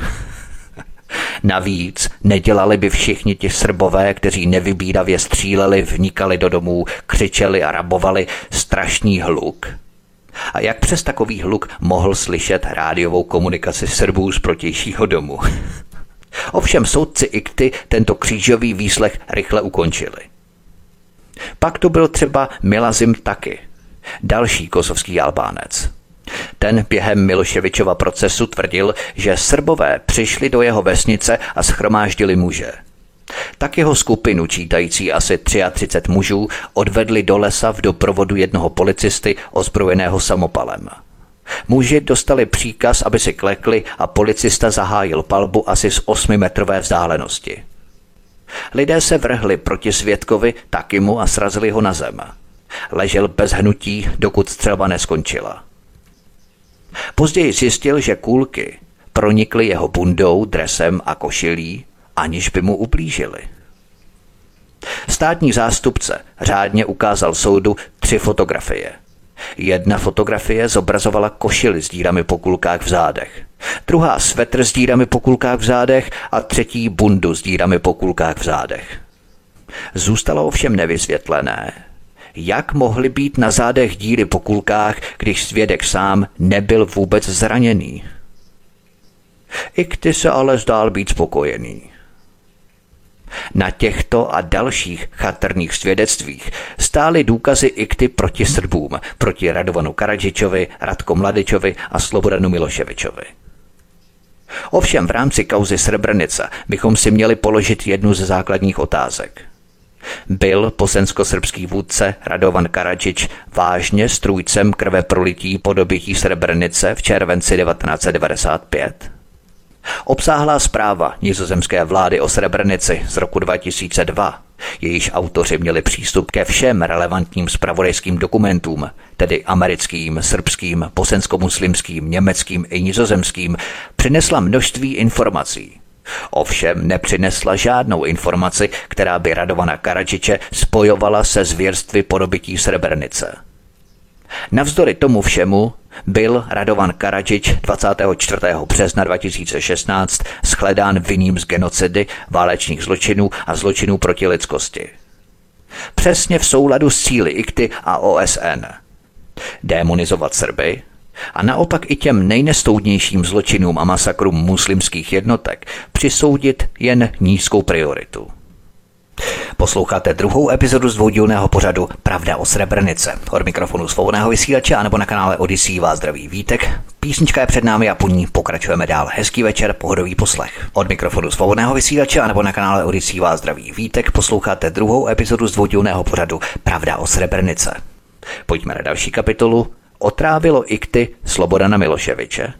Navíc nedělali by všichni ti Srbové, kteří nevybíravě stříleli, vnikali do domů, křičeli a rabovali, strašný hluk. A jak přes takový hluk mohl slyšet rádiovou komunikaci Srbů z protějšího domu? Ovšem soudci ICTY tento křížový výslech rychle ukončili. Pak to byl třeba Milazim Taki, další kosovský Albánec. Ten během Miloševičova procesu tvrdil, že Srbové přišli do jeho vesnice a shromáždili muže. Tak jeho skupinu, čítající asi 33 mužů, odvedli do lesa v doprovodu jednoho policisty ozbrojeného samopalem. Muži dostali příkaz, aby si klekli a policista zahájil palbu asi z 8metrové vzdálenosti. Lidé se vrhli proti svědkovi Takimu a srazili ho na zem. Ležel bez hnutí, dokud střelba neskončila. Později zjistil, že kulky pronikly jeho bundou, dresem a košilí, aniž by mu ublížili. Státní zástupce řádně ukázal soudu 3 fotografie. Jedna fotografie zobrazovala košili s dírami po kulkách v zádech, druhá svetr s dírami po kulkách v zádech a třetí bundu s dírami po kulkách v zádech. Zůstalo ovšem nevysvětlené, jak mohly být na zádech díry po kulkách, když svědek sám nebyl vůbec zraněný. ICTY se ale zdál být spokojený. Na těchto a dalších chatrných svědectvích stály důkazy ICTY proti Srbům, proti Radovanu Karadžičovi, Ratko Mladičovi a Slobodanu Miloševičovi. Ovšem v rámci kauzy Srebrenica bychom si měli položit jednu ze základních otázek. Byl bosensko-srbský vůdce Radovan Karadžič vážně strůjcem krveprolití po dobytí Srebrenice v červenci 1995? Obsáhlá zpráva nizozemské vlády o Srebrenici z roku 2002, jejíž autoři měli přístup ke všem relevantním zpravodajským dokumentům, tedy americkým, srbským, bosensko-muslimským, německým i nizozemským, přinesla množství informací. Ovšem nepřinesla žádnou informaci, která by Radovana Karadžiče spojovala se zvěrstvy po dobytí Srebrenice. Navzdory tomu všemu byl Radovan Karadžič 24. března 2016 shledán vinným z genocidy, válečných zločinů a zločinů proti lidskosti. Přesně v souladu s cíli ICTY a OSN. Démonizovat Srby, A naopak i těm nejnestoudnějším zločinům a masakrům muslimských jednotek přisoudit jen nízkou prioritu. Posloucháte druhou epizodu z dvoudílného pořadu Pravda o Srebrenice. Od mikrofonu Svobodného vysílače a nebo na kanále Odyssey vás zdraví Vítek. Písnička je před námi a po ní pokračujeme dál. Hezký večer, pohodový poslech. Od mikrofonu Svobodného vysílače a nebo na kanále Odyssey vás zdraví Vítek. Posloucháte druhou epizodu z dvoudílného pořadu Pravda o Srebrenice. Pojďme na další kapitolu. Otrávilo ikty Slobodana Miloševiče.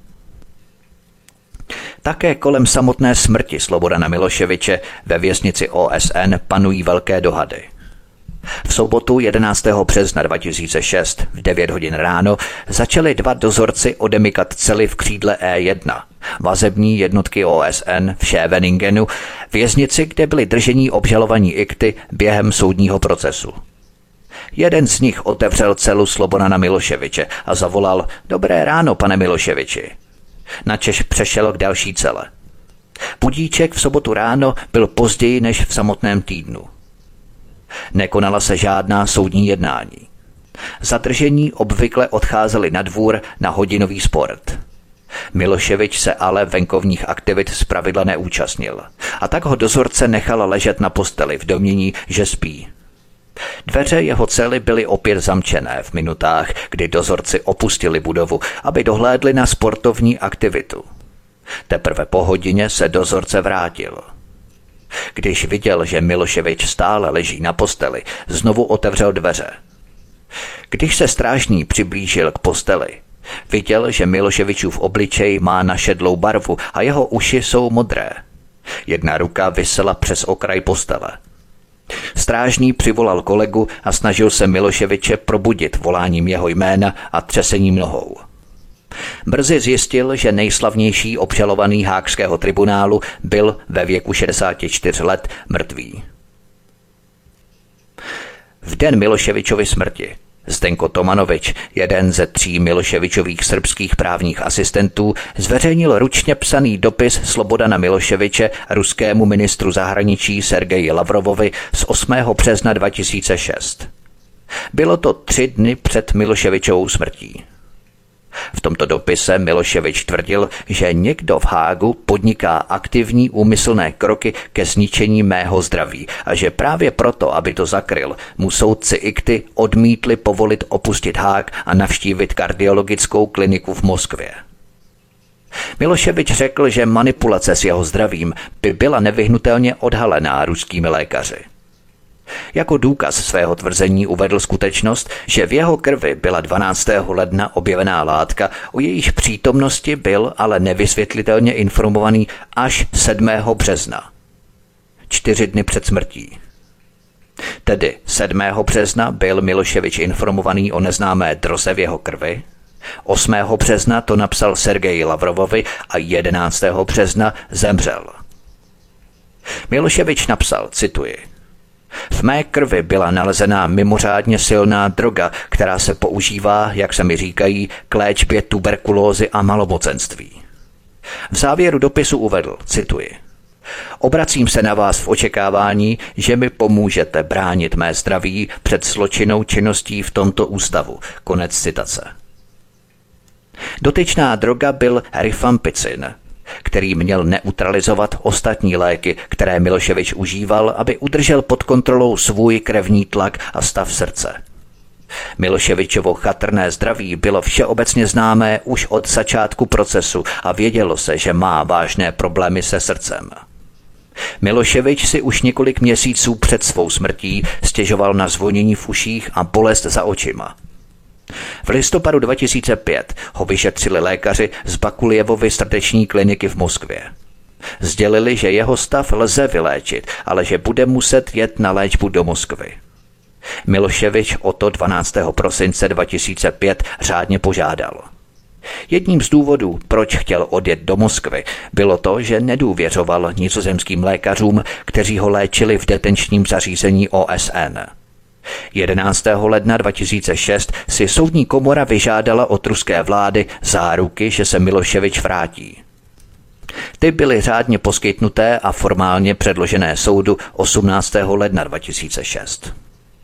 Také kolem samotné smrti Slobodana Miloševiče ve věznici OSN panují velké dohady. V sobotu 11. března 2006 v 9 hodin ráno začali 2 dozorci odemykat cely v křídle E1, vazební jednotky OSN v Scheveningenu, věznici, kde byli držení obžalovaní ikty během soudního procesu. Jeden z nich otevřel celu Slobodana Miloševiče a zavolal: "Dobré ráno, pane Miloševiči." Načež přešel k další cele. Budíček v sobotu ráno byl později než v samotném týdnu. Nekonala se žádná soudní jednání. Zadržení obvykle odcházeli na dvůr na hodinový sport. Miloševič se ale venkovních aktivit zpravidla neúčastnil a tak ho dozorce nechal ležet na posteli v domnění, že spí. Dveře jeho cely byly opět zamčené v minutách, kdy dozorci opustili budovu, aby dohlédli na sportovní aktivitu. Teprve po hodině se dozorce vrátil. Když viděl, že Miloševič stále leží na posteli, znovu otevřel dveře. Když se strážný přiblížil k posteli, viděl, že Miloševičův obličej má našedlou barvu a jeho uši jsou modré. Jedna ruka visela přes okraj postele. Strážný přivolal kolegu a snažil se Miloševiče probudit voláním jeho jména a třesením nohou. Brzy zjistil, že nejslavnější obžalovaný Haagského tribunálu byl ve věku 64 let mrtvý. V den Miloševičovy smrti Zdenko Tomanovič, jeden ze 3 Miloševičových srbských právních asistentů, zveřejnil ručně psaný dopis Slobodana Miloševiče ruskému ministru zahraničí Sergeji Lavrovovi z 8. března 2006. Bylo to 3 dny před Miloševičovou smrtí. V tomto dopise Miloševič tvrdil, že někdo v Hágu podniká aktivní úmyslné kroky ke zničení mého zdraví a že právě proto, aby to zakryl, mu soudci ikty odmítli povolit opustit Hág a navštívit kardiologickou kliniku v Moskvě. Miloševič řekl, že manipulace s jeho zdravím by byla nevyhnutelně odhalená ruskými lékaři. Jako důkaz svého tvrzení uvedl skutečnost, že v jeho krvi byla 12. ledna objevená látka, o jejíž přítomnosti byl ale nevysvětlitelně informovaný až 7. března, 4 dny před smrtí. Tedy 7. března byl Miloševič informovaný o neznámé droze v jeho krvi, 8. března to napsal Sergeji Lavrovovi a 11. března zemřel. Miloševič napsal, cituji: "V mé krvi byla nalezená mimořádně silná droga, která se používá, jak se mi říkají, k léčbě tuberkulózy a malomocenství." V závěru dopisu uvedl, cituji: "Obracím se na vás v očekávání, že mi pomůžete bránit mé zdraví před zločinnou činností v tomto ústavu." Konec citace. Dotyčná droga byl rifampicin, který měl neutralizovat ostatní léky, které Miloševič užíval, aby udržel pod kontrolou svůj krevní tlak a stav srdce. Miloševičovo chatrné zdraví bylo všeobecně známé už od začátku procesu a vědělo se, že má vážné problémy se srdcem. Miloševič si už několik měsíců před svou smrtí stěžoval na zvonění v uších a bolest za očima. V listopadu 2005 ho vyšetřili lékaři z Bakuljevovy srdeční kliniky v Moskvě. Sdělili, že jeho stav lze vyléčit, ale že bude muset jet na léčbu do Moskvy. Miloševič o to 12. prosince 2005 řádně požádal. Jedním z důvodů, proč chtěl odjet do Moskvy, bylo to, že nedůvěřoval nizozemským lékařům, kteří ho léčili v detenčním zařízení OSN. 11. ledna 2006 si soudní komora vyžádala od ruské vlády záruky, že se Miloševič vrátí. Ty byly řádně poskytnuté a formálně předložené soudu 18. ledna 2006.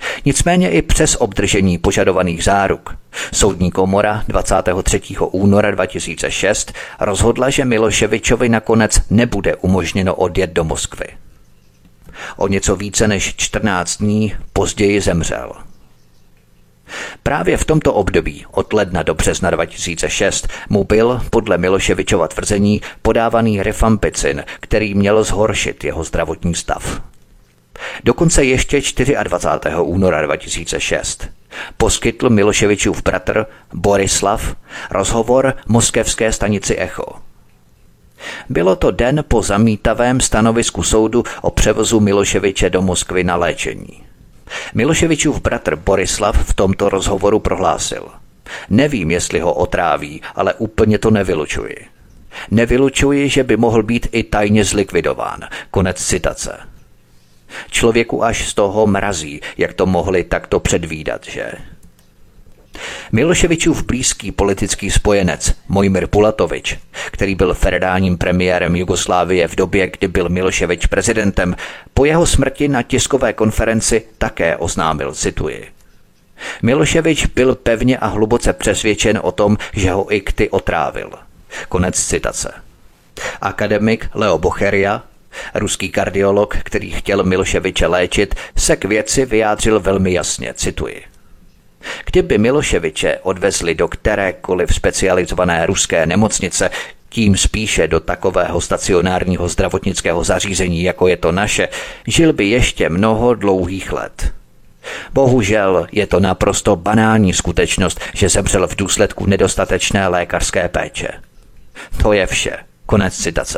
Nicméně i přes obdržení požadovaných záruk soudní komora 23. února 2006 rozhodla, že Miloševičovi nakonec nebude umožněno odjet do Moskvy. O něco více než 14 dní později zemřel. Právě v tomto období od ledna do března 2006 mu byl podle Miloševičova tvrzení podávaný rifampicin, který měl zhoršit jeho zdravotní stav. Dokonce ještě 24. února 2006 poskytl Miloševičův bratr Borislav rozhovor moskevské stanici Echo. Bylo to den po zamítavém stanovisku soudu o převozu Miloševiče do Moskvy na léčení. Miloševičův bratr Borislav v tomto rozhovoru prohlásil: Nevím, jestli ho otráví, ale úplně to nevylučuji. Nevylučuji, že by mohl být i tajně zlikvidován. Konec citace. Člověku až z toho mrazí, jak to mohli takto předvídat, že? Miloševičův blízký politický spojenec Mojmir Bulatovič, který byl federálním premiérem Jugoslávie v době, kdy byl Miloševič prezidentem, po jeho smrti na tiskové konferenci také oznámil, cituji: Miloševič byl pevně a hluboce přesvědčen o tom, že ho ikty otrávil. Konec citace. Akademik Leo Bocheria, ruský kardiolog, který chtěl Miloševiče léčit, se k věci vyjádřil velmi jasně, cituji: Kdyby Miloševiče odvezli do kterékoliv specializované ruské nemocnice, tím spíše do takového stacionárního zdravotnického zařízení, jako je to naše, žil by ještě mnoho dlouhých let. Bohužel je to naprosto banální skutečnost, že zemřel v důsledku nedostatečné lékařské péče. To je vše. Konec citace.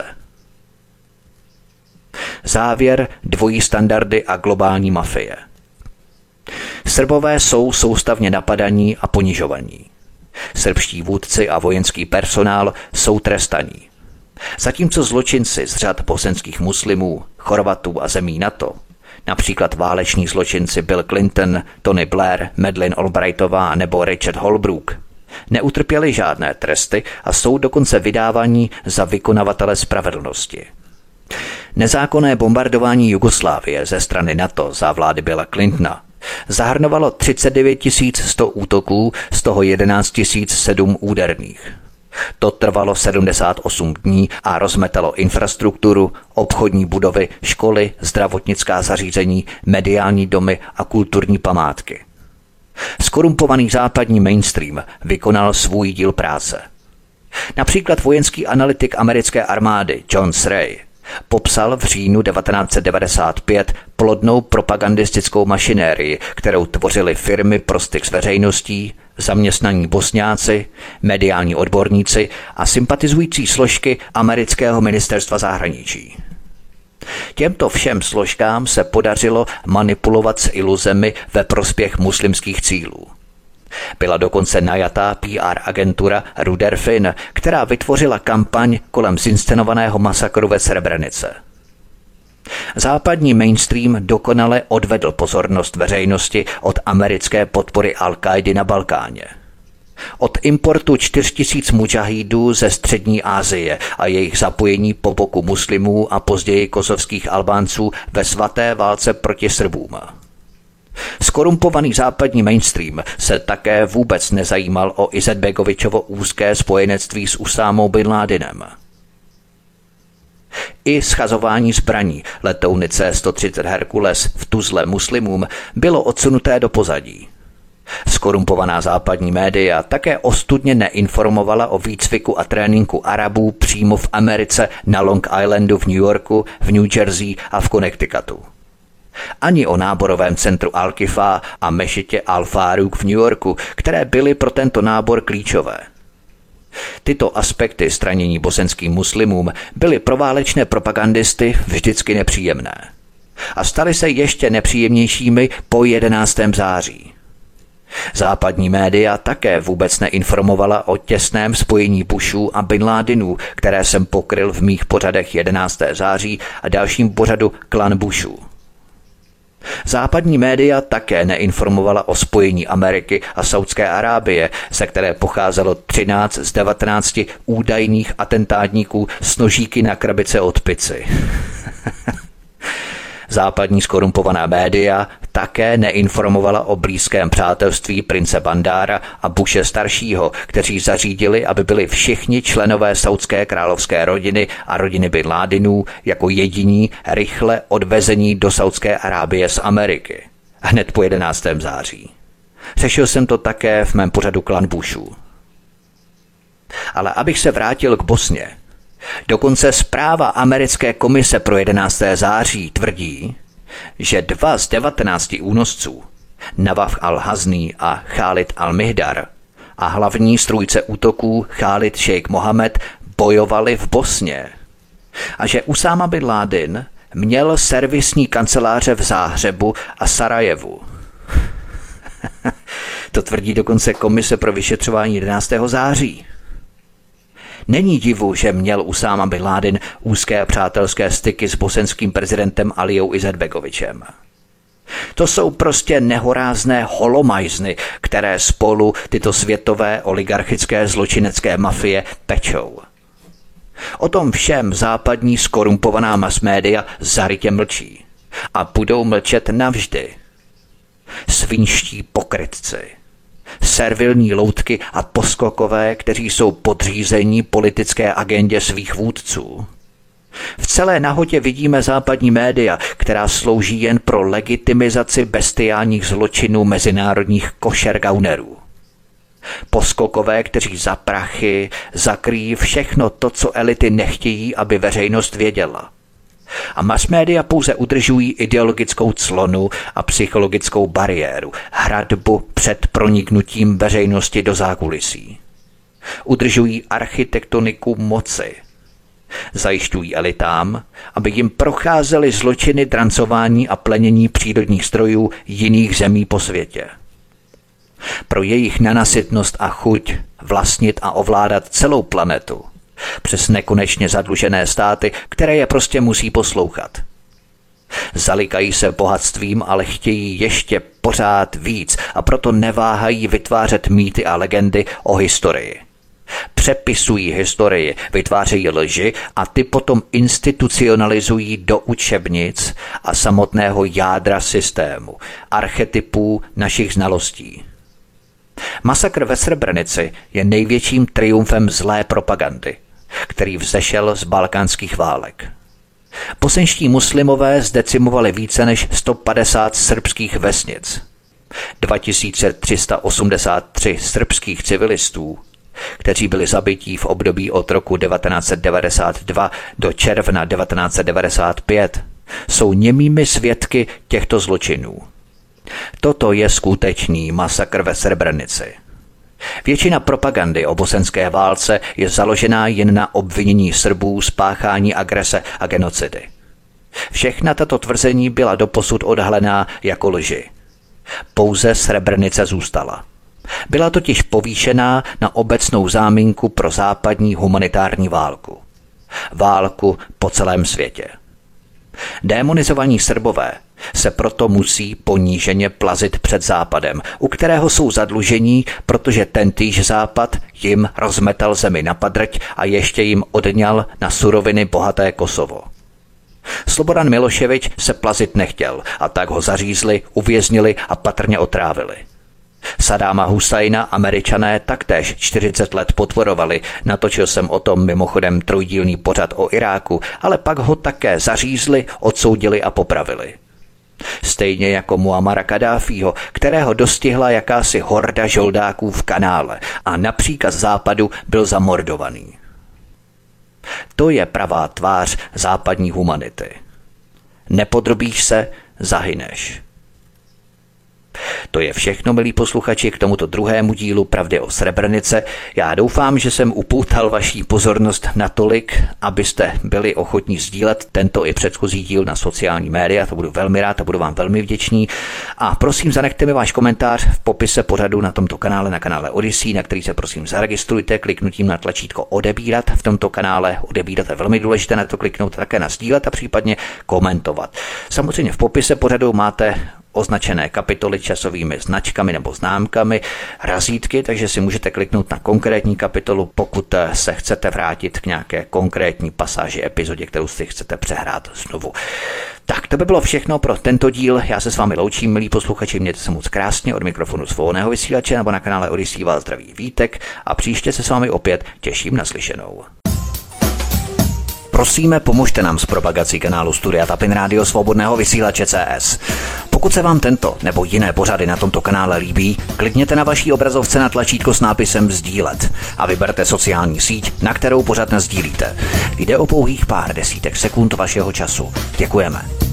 Závěr, dvojí standardy a globální mafie. Srbové jsou soustavně napadaní a ponižovaní. Srbští vůdci a vojenský personál jsou trestaní. Zatímco zločinci z řad bosenských muslimů, Chorvatů a zemí NATO, například váleční zločinci Bill Clinton, Tony Blair, Madeleine Albrightová nebo Richard Holbrooke, neutrpěli žádné tresty a jsou dokonce vydávaní za vykonavatele spravedlnosti. Nezákonné bombardování Jugoslávie ze strany NATO za vlády Billa Clintona zahrnovalo 39 100 útoků, z toho 11 007 úderných. To trvalo 78 dní a rozmetalo infrastrukturu, obchodní budovy, školy, zdravotnická zařízení, mediální domy a kulturní památky. Zkorumpovaný západní mainstream vykonal svůj díl práce. Například vojenský analytik americké armády John Sray popsal v říjnu 1995 plodnou propagandistickou mašinérii, kterou tvořily firmy pro styk s veřejností, zaměstnaní Bosňáci, mediální odborníci a sympatizující složky amerického ministerstva zahraničí. Těmto všem složkám se podařilo manipulovat s iluzemi ve prospěch muslimských cílů. Byla dokonce najatá PR agentura Ruder Finn, která vytvořila kampaň kolem zinscenovaného masakru ve Srebrenice. Západní mainstream dokonale odvedl pozornost veřejnosti od americké podpory Al-Káidy na Balkáně. Od importu 4000 mudžahídů ze střední Asie a jejich zapojení po boku muslimů a později kosovských Albánců ve svaté válce proti Srbům. Zkorumpovaný západní mainstream se také vůbec nezajímal o Izetbegovičovo úzké spojenectví s Usámou bin Ládinem. I schazování zbraní letouny C-130 Hercules v Tuzle muslimům bylo odsunuté do pozadí. Zkorumpovaná západní média také ostudně neinformovala o výcviku a tréninku Arabů přímo v Americe, na Long Islandu, v New Yorku, v New Jersey a v Connecticutu. Ani o náborovém centru Al-Kifa a mešitě Al-Faruq v New Yorku, které byly pro tento nábor klíčové. Tyto aspekty stranění bosenským muslimům byly pro válečné propagandisty vždycky nepříjemné. A staly se ještě nepříjemnějšími po 11. září. Západní média také vůbec neinformovala o těsném spojení Bushů a Bin Ládinů, které jsem pokryl v mých pořadech 11. září a dalším pořadu Klan Bushů. Západní média také neinformovala o spojení Ameriky a Saudské Arábie, ze které pocházelo 13 z 19 údajných atentátníků s nožíky na krabice od pici. Západní skorumpovaná média také neinformovala o blízkém přátelství prince Bandára a Bushe staršího, kteří zařídili, aby byli všichni členové saudské královské rodiny a rodiny Bin Ládinů jako jediní rychle odvezení do Saudské Arábie z Ameriky. Hned po 11. září. Řešil jsem to také v mém pořadu Klan Bushů. Ale abych se vrátil k Bosně, dokonce zpráva americké komise pro 11. září tvrdí, že 2 z 19 únosců, Nawaf al-Hazni a Khalid al-Mihdar a hlavní strůjce útoků Khalid Sheikh Mohammed bojovali v Bosně a že Usáma bin Ládin měl servisní kanceláře v Záhřebu a Sarajevu. To tvrdí dokonce komise pro vyšetřování 11. září. Není divu, že měl Usáma bin Ládin úzké přátelské styky s bosenským prezidentem Alijou Izetbegovičem. To jsou prostě nehorázné holomajzny, které spolu tyto světové oligarchické zločinecké mafie pečou. O tom všem západní skorumpovaná masmédia zarytě mlčí a budou mlčet navždy. Svinští pokrytci, servilní loutky a poskokové, kteří jsou podřízení politické agendě svých vůdců. V celé nahotě vidíme západní média, která slouží jen pro legitimizaci bestiálních zločinů mezinárodních košergaunerů. Poskokové, kteří za prachy zakryjí všechno to, co elity nechtějí, aby veřejnost věděla. A masmédia pouze udržují ideologickou clonu a psychologickou bariéru, hradbu před proniknutím veřejnosti do zákulisí. Udržují architektoniku moci. Zajišťují elitám, aby jim procházely zločiny drancování a plenění přírodních strojů jiných zemí po světě. Pro jejich nenasytnost a chuť vlastnit a ovládat celou planetu přes nekonečně zadlužené státy, které je prostě musí poslouchat. Zalikají se bohatstvím, ale chtějí ještě pořád víc a proto neváhají vytvářet mýty a legendy o historii. Přepisují historii, vytvářejí lži a ty potom institucionalizují do učebnic a samotného jádra systému, archetypů našich znalostí. Masakr ve Srebrenici je největším triumfem zlé propagandy, který vzešel z balkánských válek. Bosenští muslimové zdecimovali více než 150 srbských vesnic. 2383 srbských civilistů, kteří byli zabití v období od roku 1992 do června 1995, jsou němými svědky těchto zločinů. Toto je skutečný masakr ve Srebrenici. Většina propagandy o bosenské válce je založená jen na obvinění Srbů z páchání agrese a genocidy. Všechna tato tvrzení byla doposud odhalená jako lži. Pouze Srebrenice zůstala. Byla totiž povýšená na obecnou záminku pro západní humanitární válku. Válku po celém světě. Démonizovaní Srbové se proto musí poníženě plazit před Západem, u kterého jsou zadlužení, protože tentýž Západ jim rozmetal zemi na padrť a ještě jim odňal na suroviny bohaté Kosovo. Slobodan Miloševič se plazit nechtěl a tak ho zařízli, uvěznili a patrně otrávili. Sadáma Husajna Američané taktéž 40 let potvorovali, natočil jsem o tom mimochodem trojdílný pořad o Iráku, ale pak ho také zařízli, odsoudili a popravili. Stejně jako Muammara Kaddáfího, kterého dostihla jakási horda žoldáků v kanále a na příkaz Západu byl zamordovaný. To je pravá tvář západní humanity. Nepodrobíš se, zahyneš. To je všechno, milí posluchači, k tomuto druhému dílu Pravdy o Srebrenice. Já doufám, že jsem upoutal vaší pozornost natolik, abyste byli ochotní sdílet tento i předchozí díl na sociální média. To budu velmi rád a budu vám velmi vděčný. A prosím, zanechte mi váš komentář v popise pořadu na tomto kanále, na kanále Odyssey, na který se prosím zaregistrujte kliknutím na tlačítko odebírat v tomto kanále. Odebírat je velmi důležité, na to kliknout, také na sdílet a případně komentovat. Samozřejmě v popise pořadu máte označené kapitoly časovými značkami nebo známkami, razítky, takže si můžete kliknout na konkrétní kapitolu, pokud se chcete vrátit k nějaké konkrétní pasáži epizodě, kterou si chcete přehrát znovu. Tak to by bylo všechno pro tento díl. Já se s vámi loučím, milí posluchači, mějte se moc krásně, od mikrofonu Svobodného vysílače nebo na kanále Odyssey vás zdraví Vítek a příště se s vámi opět těším na slyšenou. Prosíme, pomožte nám s propagací kanálu Studia Tapin Rádio Svobodného vysílače CS. Pokud se vám tento nebo jiné pořady na tomto kanále líbí, klikněte na vaší obrazovce na tlačítko s nápisem sdílet a vyberte sociální síť, na kterou pořad nasdílíte. Jde o pouhých pár desítek sekund vašeho času. Děkujeme.